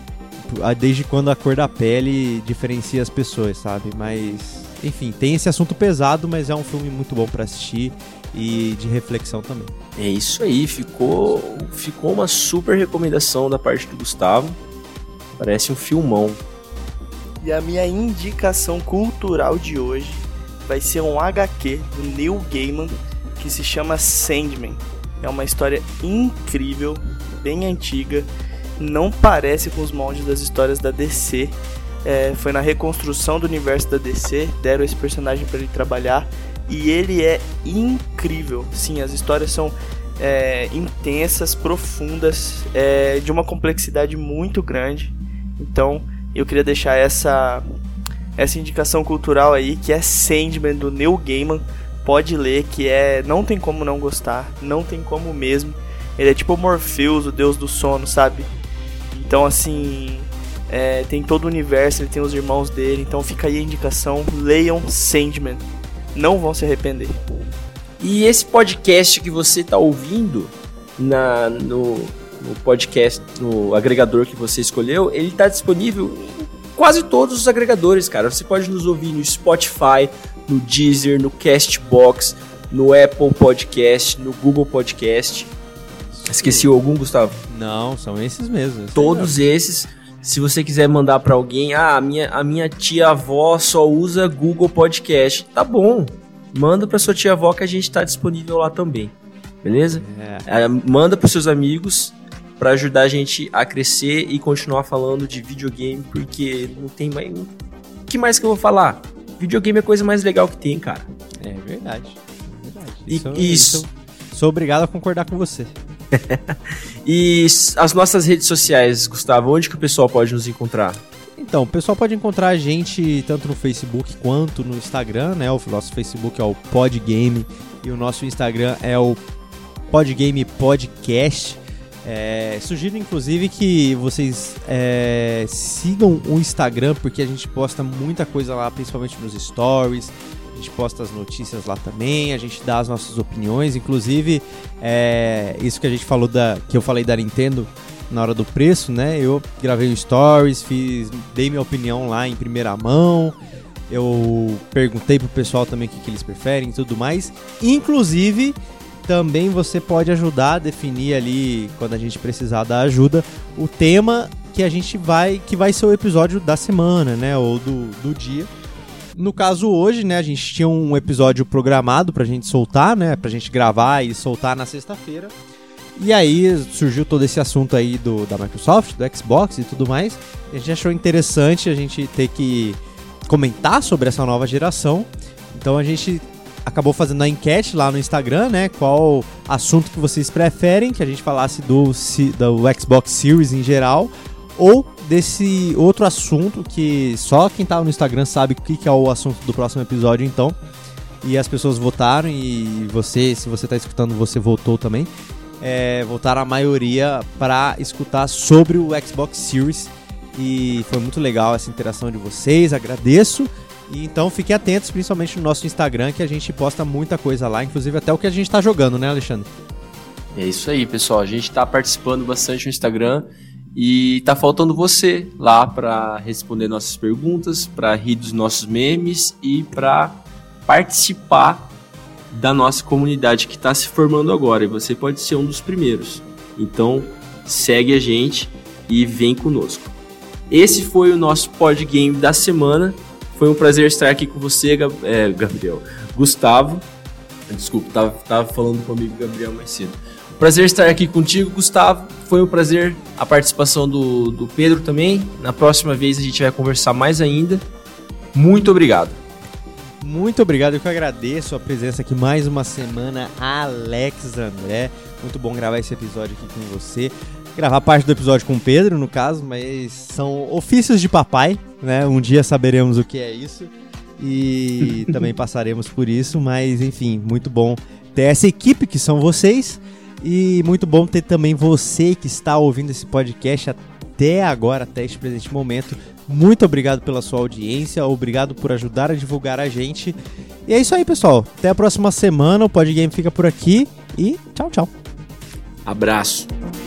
Desde quando a cor da pele diferencia as pessoas, sabe? Mas... Enfim, tem esse assunto pesado, mas é um filme muito bom pra assistir e de reflexão também. É isso aí, ficou, ficou uma super recomendação da parte do Gustavo. Parece um filmão. E a minha indicação cultural de hoje vai ser um H Q do Neil Gaiman que se chama Sandman. É uma história incrível, bem antiga, não parece com os moldes das histórias da D C. É, foi na reconstrução do universo da D C, deram esse personagem para ele trabalhar e ele é incrível. Sim, as histórias são é, intensas, profundas, é, de uma complexidade muito grande. Então eu queria deixar essa... essa indicação cultural aí, que é Sandman, do Neil Gaiman. Pode ler, que é... não tem como não gostar, não tem como mesmo. Ele é tipo o Morpheus, o deus do sono, sabe? Então, assim... É, tem todo o universo, ele tem os irmãos dele. Então fica aí a indicação, leiam Sandman. Não vão se arrepender. E esse podcast que você tá ouvindo na, no, no podcast, no agregador que você escolheu, ele tá disponível em quase todos os agregadores, cara. Você pode nos ouvir no Spotify, no Deezer, no Castbox, no Apple Podcast, no Google Podcast. Esqueci algum, Gustavo? Não, são esses mesmos. Todos esses. Se você quiser mandar pra alguém, ah, a minha, a minha tia-avó só usa Google Podcast. Tá bom, manda pra sua tia-avó que a gente tá disponível lá também, beleza? É. É, manda pros seus amigos pra ajudar a gente a crescer e continuar falando de videogame, porque não tem mais... O que mais que eu vou falar? Videogame é a coisa mais legal que tem, cara. É verdade. É verdade. E, isso, isso. isso. Sou obrigado a concordar com você. E as nossas redes sociais, Gustavo, onde que o pessoal pode nos encontrar? Então, o pessoal pode encontrar a gente tanto no Facebook quanto no Instagram, né? O nosso Facebook é o Podgame e o nosso Instagram é o Podgame Podcast. É, sugiro inclusive que vocês é, sigam o Instagram, porque a gente posta muita coisa lá, principalmente nos stories. A gente posta as notícias lá também, a gente dá as nossas opiniões, inclusive é, isso que a gente falou da, que eu falei da Nintendo na hora do preço, né? Eu gravei o stories, fiz, dei minha opinião lá em primeira mão. Eu perguntei pro pessoal também o que, que eles preferem e tudo mais. Inclusive, também você pode ajudar a definir ali, quando a gente precisar da ajuda, o tema que a gente vai, que vai ser o episódio da semana, né? Ou do, do dia. No caso hoje, né, a gente tinha um episódio programado pra gente soltar, né? Pra gente gravar e soltar na sexta-feira. E aí surgiu todo esse assunto aí do, da Microsoft, do Xbox e tudo mais. A gente achou interessante a gente ter que comentar sobre essa nova geração. Então a gente acabou fazendo a enquete lá no Instagram, né? Qual assunto que vocês preferem que a gente falasse do, do Xbox Series em geral, ou desse outro assunto que só quem tá no Instagram sabe o que é o assunto do próximo episódio, então. E as pessoas votaram, e você, se você tá escutando, você votou também. É, votaram a maioria para escutar sobre o Xbox Series. E foi muito legal essa interação de vocês, agradeço. E então fiquem atentos, principalmente no nosso Instagram, que a gente posta muita coisa lá, inclusive até o que a gente tá jogando, né, Alexandre? É isso aí, pessoal. A gente tá participando bastante no Instagram e tá faltando você lá para responder nossas perguntas, para rir dos nossos memes e para participar da nossa comunidade que está se formando agora, e você pode ser um dos primeiros. Então segue a gente e vem conosco. Esse foi o nosso Podgame da semana. Foi um prazer estar aqui com você, Gab- é, Gabriel. Gustavo. Desculpa, tava, tava falando com o amigo Gabriel mais cedo. Prazer estar aqui contigo, Gustavo. Foi um prazer a participação do, do Pedro também. Na próxima vez a gente vai conversar mais ainda. Muito obrigado. Muito obrigado, eu que agradeço a presença aqui mais uma semana, Alex André. Muito bom gravar esse episódio aqui com você. Gravar parte do episódio com o Pedro, no caso, mas são ofícios de papai, né? Um dia saberemos o que é isso e também passaremos por isso, mas enfim, muito bom ter essa equipe que são vocês, e muito bom ter também você que está ouvindo esse podcast até agora, até este presente momento. Muito obrigado pela sua audiência, obrigado por ajudar a divulgar a gente. E é isso aí, pessoal. Até a próxima semana, o Podgame fica por aqui e tchau, tchau. Abraço.